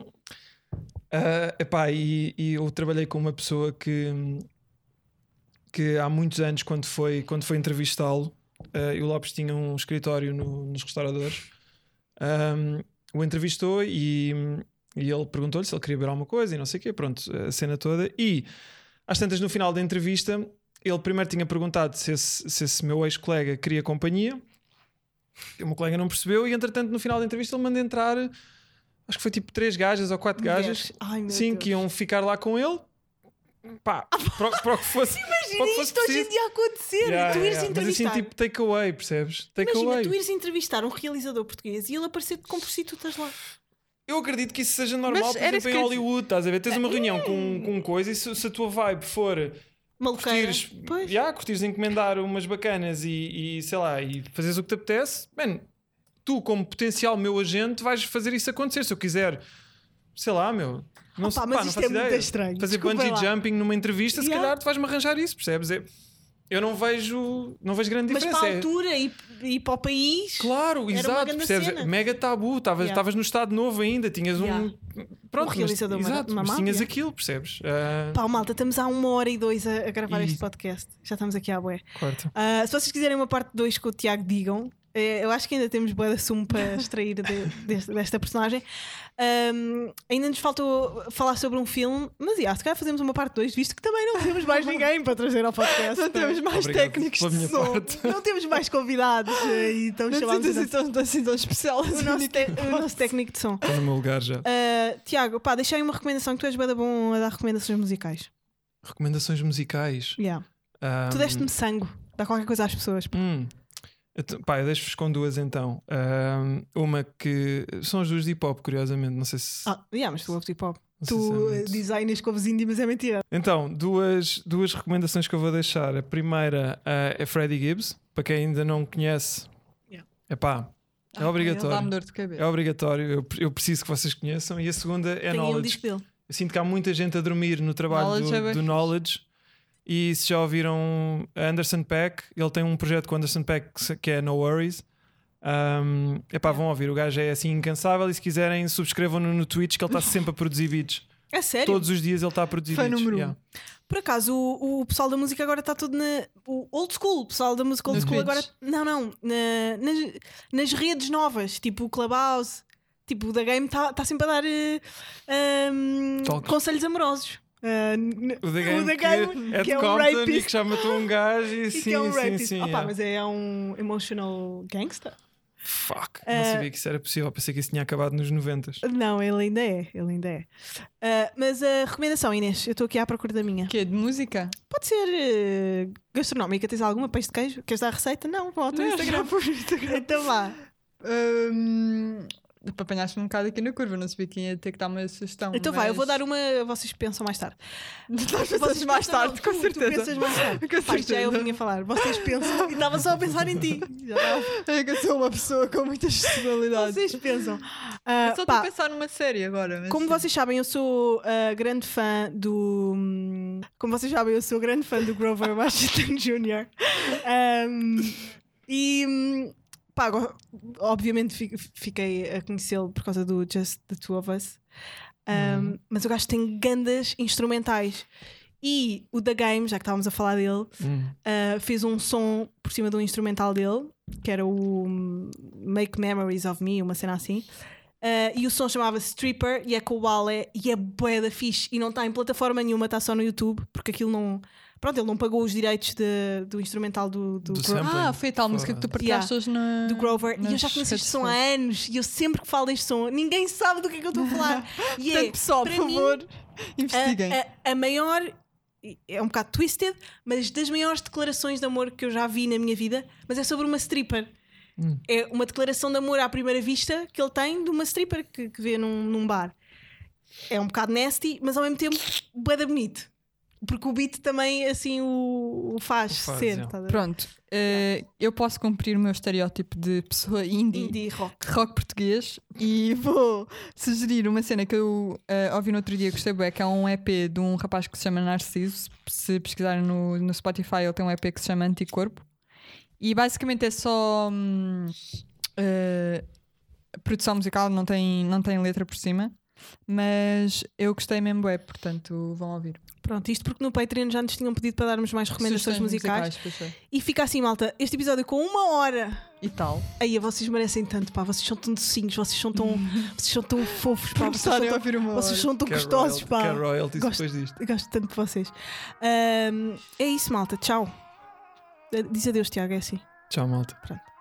eu trabalhei com uma pessoa que há muitos anos, quando foi entrevistá-lo, e o Lopes tinha um escritório nos restauradores, o entrevistou e ele perguntou-lhe se ele queria beber alguma coisa e não sei o quê, pronto, a cena toda. E às tantas, no final da entrevista, ele primeiro tinha perguntado se esse meu ex-colega queria companhia. O meu colega não percebeu e entretanto no final da entrevista ele manda entrar, acho que foi tipo 3 gajas ou 4 gajas, sim, que iam ficar lá com ele. Pá, para o que fosse. Imagina isto hoje em dia acontecer. Tu ires entrevistar. Mas assim, tipo take away, percebes? Imagina tu ires entrevistar um realizador português e ele aparecer com prostitutas lá. Eu acredito que isso seja normal, por exemplo, em Hollywood. Estás a ver? Tens uma reunião com coisa e se a tua vibe for curtires encomendar umas bacanas e sei lá, e fazeres o que te apetece, man, tu, como potencial meu agente, vais fazer isso acontecer. Se eu quiser, sei lá, meu. Não mas isto não faço muito estranho. Fazer bungee jumping numa entrevista, se calhar tu vais-me arranjar isso, percebes? Eu não vejo grande diferença. Mas para a altura e para o país. Claro, exato, percebes? Cena. Mega tabu. Estavas no Estado Novo ainda, tinhas um realizador, mas tinhas aquilo, percebes? Malta, estamos há 1h02 a gravar este podcast. Já estamos aqui à bué. Se vocês quiserem uma parte 2 com o Tiago, digam. Eu acho que ainda temos bué de assumo para extrair desta personagem. Ainda nos faltou falar sobre um filme, mas se calhar fazemos uma parte 2, visto que também não temos mais ninguém para trazer ao podcast. Não temos mais técnicos de som. Não temos mais convidados. E estamos chamados assim tão especial. O nosso técnico de som. Estou no meu lugar já. Tiago, deixa aí uma recomendação, que tu és bué da bom a dar recomendações musicais. Recomendações musicais? Tu deste-me sangue. Dá qualquer coisa às pessoas. Eu deixo-vos com 2 então. Uma que são as 2 de hip hop, curiosamente. Não sei se. Mas tu ouves hip hop. Tu designas com os indie, mas é mentira. Então, duas recomendações que eu vou deixar. A primeira é Freddie Gibbs. Para quem ainda não conhece, é obrigatório. Dá-me dor de cabeça. É obrigatório. Eu preciso que vocês conheçam. E a segunda é Knowledge. Eu sinto que há muita gente a dormir no trabalho do Knowledge. E se já ouviram Anderson .Paak, ele tem um projeto com Anderson .Paak que é No Worries. Vão ouvir, o gajo é assim incansável. E se quiserem, subscrevam-no no Twitch, que ele está sempre a produzir beats. É sério? Todos os dias ele está a produzir beats. Por acaso, o pessoal da música agora está todo o old school. O pessoal da música old school agora. Nas redes novas, tipo o Clubhouse, tipo o da Game, está sempre a dar conselhos amorosos. O The Game que é um rapist e que já matou um gajo e sim, é um sim. Mas é um emotional gangster. Fuck, não sabia que isso era possível. Pensei que isso tinha acabado nos 90s. Não, ele ainda é. Mas a recomendação, Inês, eu estou aqui à procura da minha. Que é de música? Pode ser gastronómica. Tens alguma? Peixe de queijo? Queres dar a receita? Não, volta no Instagram. Então vá. Para apanhar-me um bocado aqui na curva, não sabia quem ia ter que dar uma sugestão. Então vai, eu vou dar uma, vocês pensam mais tarde. Vocês mais tarde, com certeza. Tu pensas mais tarde. Já eu vinha falar, vocês pensam, e estava só a pensar em ti. É que eu sou uma pessoa com muitas personalidades. Vocês pensam. Só estou a pensar numa série agora. Mas como vocês sabem, eu sou grande fã do. Como vocês sabem, eu sou grande fã do Grover Washington Jr. Obviamente fiquei a conhecê-lo por causa do Just the Two of Us. Mas o gajo tem gandas instrumentais E o The Game, já que estávamos a falar dele, fez um som por cima de um instrumental dele, que era o Make Memories of Me, uma cena assim. E o som chamava-se Stripper e é com o Wale e é bué da fixe. E não está em plataforma nenhuma, está só no YouTube, porque aquilo não... Pronto, ele não pagou os direitos do instrumental do foi tal música que tu partilhaste hoje do Grover. E eu já conheço este som há anos e eu sempre que falo deste som, ninguém sabe do que é que eu estou a falar. E portanto, pessoal, por favor, investiguem. A maior, é um bocado twisted, mas das maiores declarações de amor que eu já vi na minha vida, mas é sobre uma stripper. É uma declaração de amor à primeira vista que ele tem de uma stripper que vê num bar. É um bocado nasty, mas ao mesmo tempo bué da bonito. Porque o beat também assim o faz ser. Yeah. Tá? Pronto, eu posso cumprir o meu estereótipo de pessoa indie rock português e vou sugerir uma cena que eu ouvi no outro dia, gostei bem, que é um EP de um rapaz que se chama Narciso. Se pesquisarem no Spotify, ele tem um EP que se chama Anticorpo e basicamente é só produção musical, não tem letra por cima, mas eu gostei mesmo bem, portanto vão ouvir. Pronto, isto porque no Patreon já nos tinham pedido para darmos mais recomendações musicais. E fica assim, malta, este episódio com 1 hora e tal. Aí vocês merecem tanto, pá, vocês são tão docinhos, vocês são tão fofos, pá, vocês são tão gostosos, pá. Quero royalties depois disto. Gosto tanto de vocês. É isso, malta, tchau. Diz adeus, Tiago, é assim. Tchau, malta. Pronto.